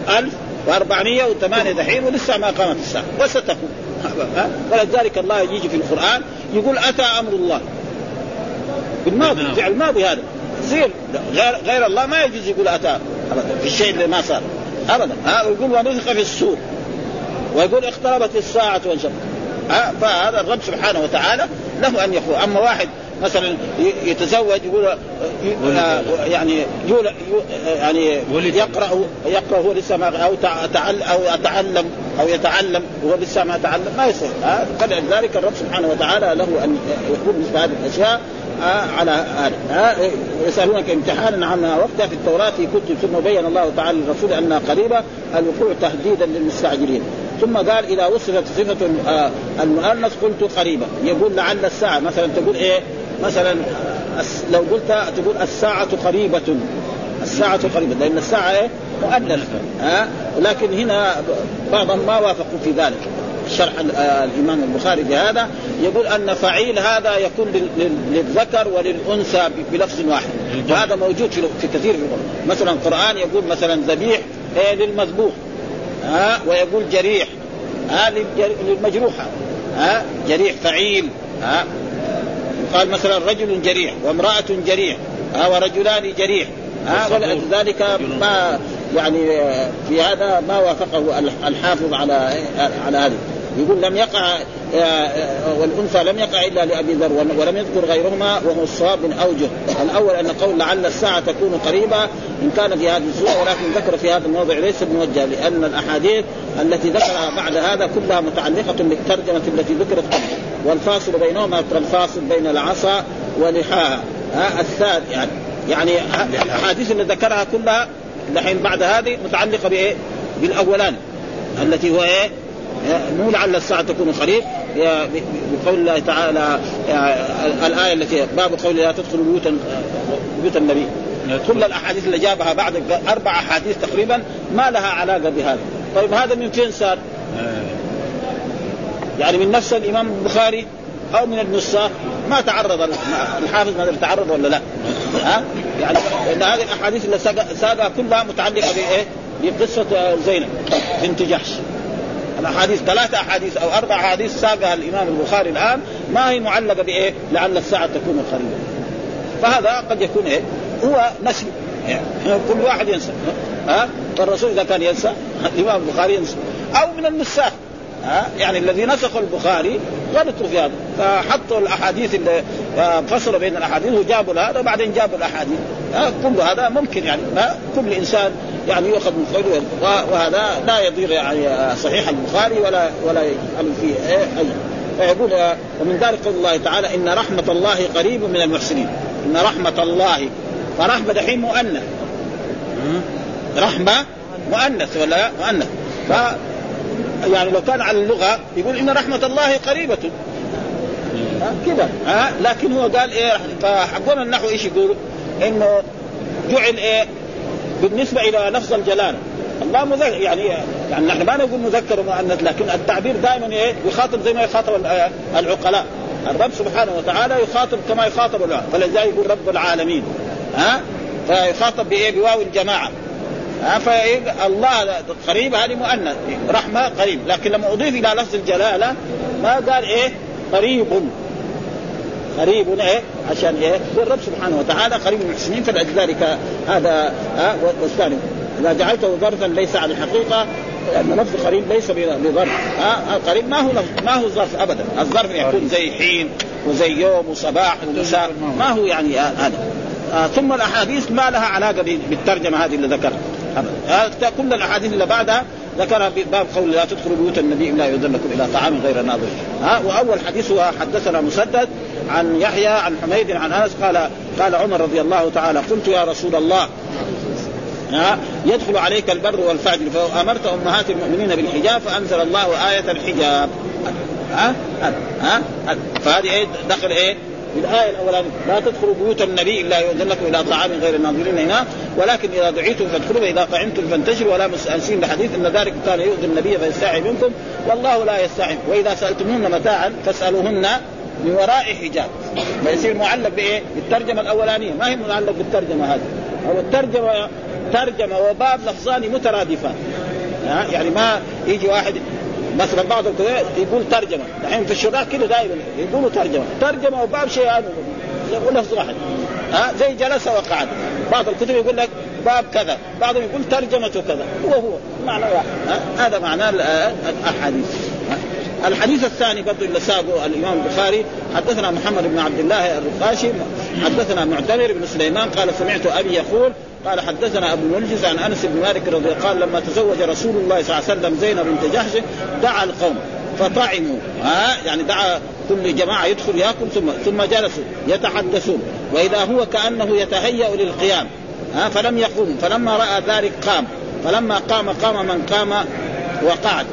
1408 دحين ولسه ما قامت الساعة وستكون. ولذلك الله يجي في القرآن يقول أتى أمر الله بالماضي فعل الماضي هذا زين. غير الله ما يجوز يقول أتى أبدا في الشيء اللي ما صار أبدا. يقول ونفخ في الصور ويقول اقتربت الساعة وانشق. فهذا الرب سبحانه وتعالى له أن يقول. أما واحد مثلا يتزوج يقول يعني يقرأ هو لسه ما أو يتعلم وهو لسه ما تعلم ما يصير. فلذلك الرب سبحانه وتعالى له أن يقول مثل هذه الأشياء على هذا. يسألونك امتحانا عما وقتها في التوراة في كتب ثم بين الله تعالى للرسول أنها قريبة الوقوع تهديدا للمستعجلين. ثم قال إذا وصفت صفة المؤنث قلت قريبة. يقول لعل الساعة مثلا تقول إيه مثلا لو قلت تقول الساعة قريبة. الساعة قريبة لأن الساعة إيه مؤنث. لكن هنا بعضهم ما وافقوا في ذلك. شرح الإمام البخاري بهذا يقول أن فعيل هذا يكون للذكر وللأنثى بلفظ واحد. وهذا موجود في كثير من القرآن. مثلا القرآن يقول مثلا ذبيح للمذبوح ويقول جريح للمجروحة جريح فعيل. قال مثلا رجل جريح وامرأة جريح ورجلان جريح. ولذلك ما يعني في هذا ما وافقه الحافظ على هذا. يقول لم يقع والأنثى لم يقع إلا لأبي ذر ولم يذكر غيرهما وهو الصواب من أوجه. الأول أن قول لعل الساعة تكون قريبة إن كان في هذه السورة ولكن ذكر في هذا الموضع ليس موجه لأن الأحاديث التي ذكرها بعد هذا كلها متعلقة بالترجمة التي ذكرت قبل والفاصل بينهما الفاصل بين العصا ولحاها. الثالث يعني الأحاديث اللي ذكرها كلها لحين بعد هذه متعلقة بإيه بالأولان التي هو إيه مو لعل الساعة تكون قريب بقول الله تعالى الآية التي باب قول لا تدخلوا بيوت النبي. كل الأحاديث اللي جابها بعد 4 أحاديث تقريبا ما لها علاقة بهذا. طيب هذا من فين صار؟ يعني من نفس الإمام البخاري أو من النساخ ما تعرض الحافظ ما تعرض ولا لا؟ يعني إن هذه الأحاديث اللي ساقها كلها متعلقة بإيه؟ بقصة زينب بنت جحش. الأحاديث 3 أحاديث أو 4 أحاديث ساقها الإمام البخاري الآن ما هي معلقة بإيه؟ لعل الساعة تكون قريبة. فهذا قد يكون إيه؟ هو نسي يعني كل واحد ينسى. فالرسول إذا كان ينسى الإمام البخاري ينسى أو من النساخ. يعني الذي نسخوا البخاري غلطوا في هذا فحطوا الأحاديث اللي فصلوا بين الأحاديث وجابوا هذا وبعدين جابوا الأحاديث. كل هذا ممكن يعني كل إنسان يعني يأخذ من قوله وهذا لا يضير يعني صحيح البخاري ولا يعمل فيه أي. فيقول ومن ذلك قول الله تعالى إن رحمة الله قريب من المحسنين. إن رحمة الله فرحمة دحين مؤنث رحمة مؤنث ولا مؤنث. يعني لو كان على اللغة يقول إن رحمة الله قريبة كده لكن هو قال إيه. فحقون النحو إيش يقولوا إنه جعل إيه بالنسبة إلى لفظ الجلالة الله مذكر، يعني نحن ما نقول مذكر ومؤنث، لكن التعبير دائما إيه يخاطب زي ما يخاطب العقلاء. الرب سبحانه وتعالى يخاطب كما يخاطب العقلاء، فلذلك يقول رب العالمين فيخاطب بإيه بواو الجماعة. فالله قريب هذه مؤنث، رحمة قريب، لكن لما أضيف إلى لفظ الجلالة ما قال إيه قريب إيه عشان إيه الرب سبحانه وتعالى قريب من المحسنين. فلذلك هذا والثاني إذا جعلته ظرفا ليس على الحقيقة، لأن لفظ قريب ليس بظرف. القريب ما هو ظرف أبدا. الظرف يكون زي حين وزي يوم وصباح ومساء، ما هو يعني هذا. ثم الأحاديث ما لها علاقة بالترجمة هذه اللي ذكرها أبدا. كل الأحاديث اللي بعدها ذكرها بباب قول لا تدخلوا بيوت النبي إلا يؤذن لكم إلى طعام غير ناظر. وأول حديث هو حدثنا مسدد عن يحيى عن حميد عن أنس قال عمر رضي الله تعالى قلت يا رسول الله يدخل عليك البر والفجر، فأمرت أمهات المؤمنين بالحجاب فأنزل الله آية الحجاب. فهذه إيه دخل إيه الآية الأولانية لا تدخلوا بيوت النبي إلا يؤذن لكم إلى طعام غير الناظرين إناه ولكن إذا دعيتم فادخلوا وإذا طعمتم فانتشروا ولا مستأنسين لحديث إن ذلك كان يؤذي النبي فيستحي منكم والله لا يستحي وإذا سألتموهن متاعا فاسألوهن من وراء حجاب. ما يصير معلق بإيه بالترجمة الأولانية، ما هي معلق بالترجمة هذه. أو الترجمة ترجمة وباب لفظان مترادفان، يعني ما يجي واحد مثلا بعض الكتاب يقول ترجمة، الحين في الشراح كده دائما يقولوا ترجمة وباب شيء يقول لفظ واحد زي جلس وقعد. بعض الكتب يقول لك باب كذا، بعضهم يقول ترجمة كذا، هو معنى واحد. هذا معنى الأحاديث. الحديث الثاني برضو اللي ساقه الإمام البخاري حدثنا محمد بن عبد الله الرقاشي حدثنا معتمر بن سليمان قال سمعت أبي يقول قال حدثنا أبو المنجز عن أنس بن مالك رضي الله عنه قال لما تزوج رسول الله صلى الله عليه وسلم زينب بنت جحش دعا القوم فطعموا يعني دعا كل جماعة يدخل يأكل ثم جلسوا يتحدثون وإذا هو كأنه يتهيأ للقيام فلم يقوم فلما رأى ذلك قام فلما قام من قام وقعد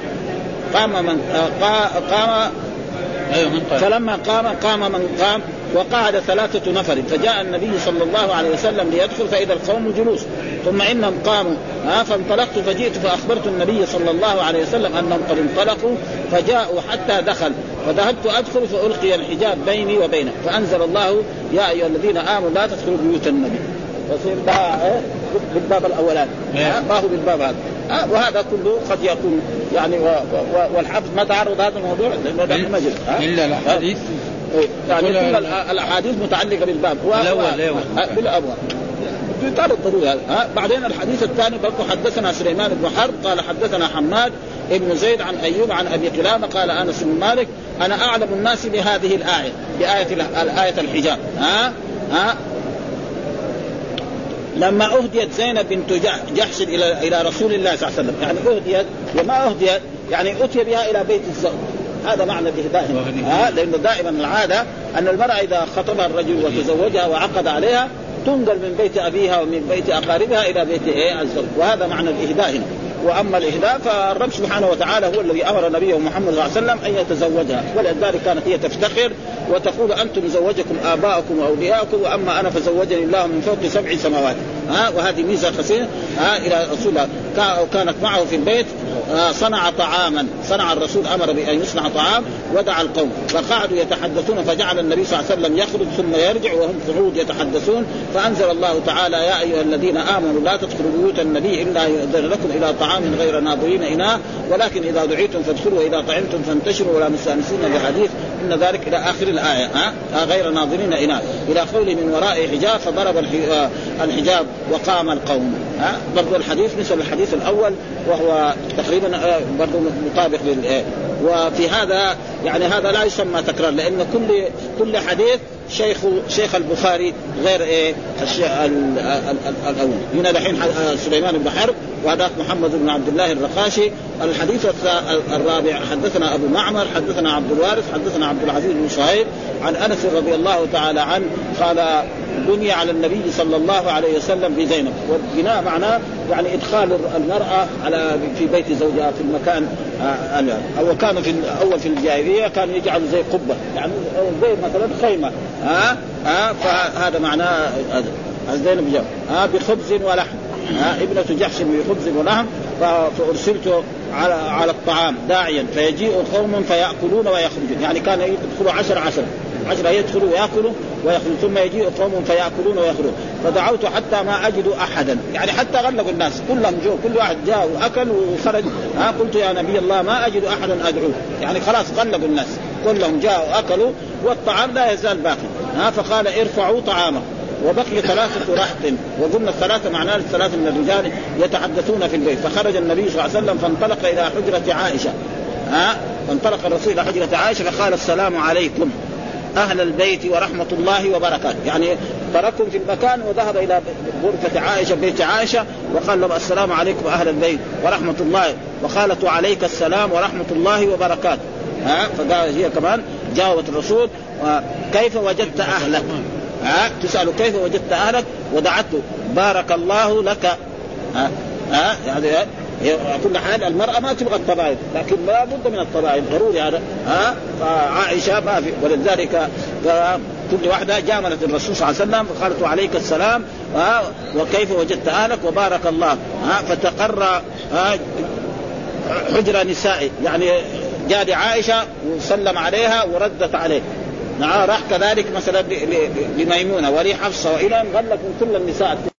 فلما قام من قام وقعد 3 نفر فجاء النبي صلى الله عليه وسلم ليدخل فإذا القوم جلوس ثم إنهم قاموا فانطلقت فجئت فأخبرت النبي صلى الله عليه وسلم أنهم قد انطلقوا فجاءوا حتى دخل فذهبت أدخل فألقي الحجاب بيني وبينه فأنزل الله يا أيها الذين آمنوا لا تدخلوا بيوت النبي فصير بها بالباب الأولاني ما هو بالباب هذا. وهذا كله قد يكون يعني والحفظ ما تعرض هذا الموضوع لأنه مجلس إلا الحديث يعني كل الأحاديث متعلقة بالباب بالأبواب يتعرض ضروري هذا. بعدين الحديث الثاني برضو حدثنا سليمان بن حرب قال حدثنا حماد ابن زيد عن أيوب عن أبي قلابة قال أنس بن مالك أنا أعلم الناس بهذه الآية بآية الحجاب لما أهديت زينب بنت جحش إلى رسول الله صلى الله عليه وسلم يعني أهديت وما أهديت يعني أتي بها إلى بيت الزوج. هذا معنى الإهداء لأنه دائما العادة أن المرأة إذا خطبها الرجل وتزوجها وعقد عليها تنقل من بيت أبيها ومن بيت أقاربها إلى بيت الزوج وهذا معنى الإهداء هنا. وأما الإهداء فالرب سبحانه وتعالى هو الذي أمر نبيه محمد صلى الله عليه وسلم أن يتزوجها ولذلك كانت هي تفتخر وتقول أنتم زوجكم آباؤكم وأولياءكم وأما أنا فزوجني الله من فوق 7 سماوات. وهذه ميزة خسيرة إلى رسول الله كانت معه في البيت صنع طعاما صنع الرسول أمر بأن يصنع طعام ودعا القوم فقعدوا يتحدثون فجعل النبي صلى الله عليه وسلم يخرج ثم يرجع وهم قعود يتحدثون فأنزل الله تعالى يا أيها الذين آمنوا لا تدخلوا بيوت النبي إلا يؤذن لكم إلى طعام غير ناظرين إناه ولكن إذا دعيتم فادخلوا وإذا طعمتم فانتشروا ولا مستأنسين بحديث إن ذلك إلى آخر الآية غير ناظرين إناه إلى قول من وراء حجاب فضرب الحجاب وقام القوم. برضو الحديث مثل الحديث الأول وهو تقريبا برضو مطابق وفي هذا يعني هذا لا يسمى تكرار لأن كل حديث شيخ البخاري غير الأول. هنا دحين سليمان بن حرب وهذاك محمد بن عبد الله الرقاشي. الحديث الرابع حدثنا أبو معمر حدثنا عبد الوارث حدثنا عبد العزيز بن صهيب عن أنس رضي الله تعالى عنه قال بني على النبي صلى الله عليه وسلم في زينب. والبناء معناه يعني إدخال المرأة في بيت زوجها في المكان. أو كانوا في الأول في الجاهلية كانوا يجعلوا زي قبة يعني زي مثلا خيمة فهذا معناه زينب جاء بخبز ولحم ابنة جحش بخبز ولحم فأرسلت على الطعام داعيا فيجيء قوم فيأكلون ويخرجون يعني كان يدخلوا 10 يدخلوا ويأكلوا ويخرجوا ثم يجيء قوم فيأكلون ويخرجون فدعوت حتى ما أجد أحدا يعني حتى غلقوا الناس كلهم جو كل واحد جاء وأكل وخرج. قلت يا نبي الله ما أجد أحدا أدعوه يعني خلاص غلقوا الناس كلهم جاءوا وأكلوا والطعام لا يزال باقي. فقال ارفعوا طعامه وبقي 3 رهط وقلنا 3 معناه 3 من الرجال يتحدثون في البيت. فخرج النبي صلى الله عليه وسلم فانطلق إلى حجرة عائشة فانطلق الرسول إلى حجرة عائشة فقال السلام عليكم أهل البيت ورحمة الله وبركاته يعني تركهم في المكان وذهب إلى غرفة عائشة بيت عائشة وقال لهم السلام عليكم أهل البيت ورحمة الله وقالت وعليك السلام ورحمة الله وبركاته. فقال هي كمان جاوبت الرسول كيف وجدت أهلك تسأل كيف وجدت أهلك ودعته بارك الله لك. يعني كل حال المرأة ما تبغى الطبائع لكن لا بد من الطبائع ضروري هذا. فعائشة ما في ولذلك كل واحدة جاملت الرسول صلى الله عليه وسلم فقالت عليك السلام وكيف وجدت أهلك وبارك الله. فتقر حجر نسائي يعني جاء عائشة وسلم عليها وردت عليه. راح كذلك مثلا لميمونة ولي حفصة وإلى غلق من كل النساء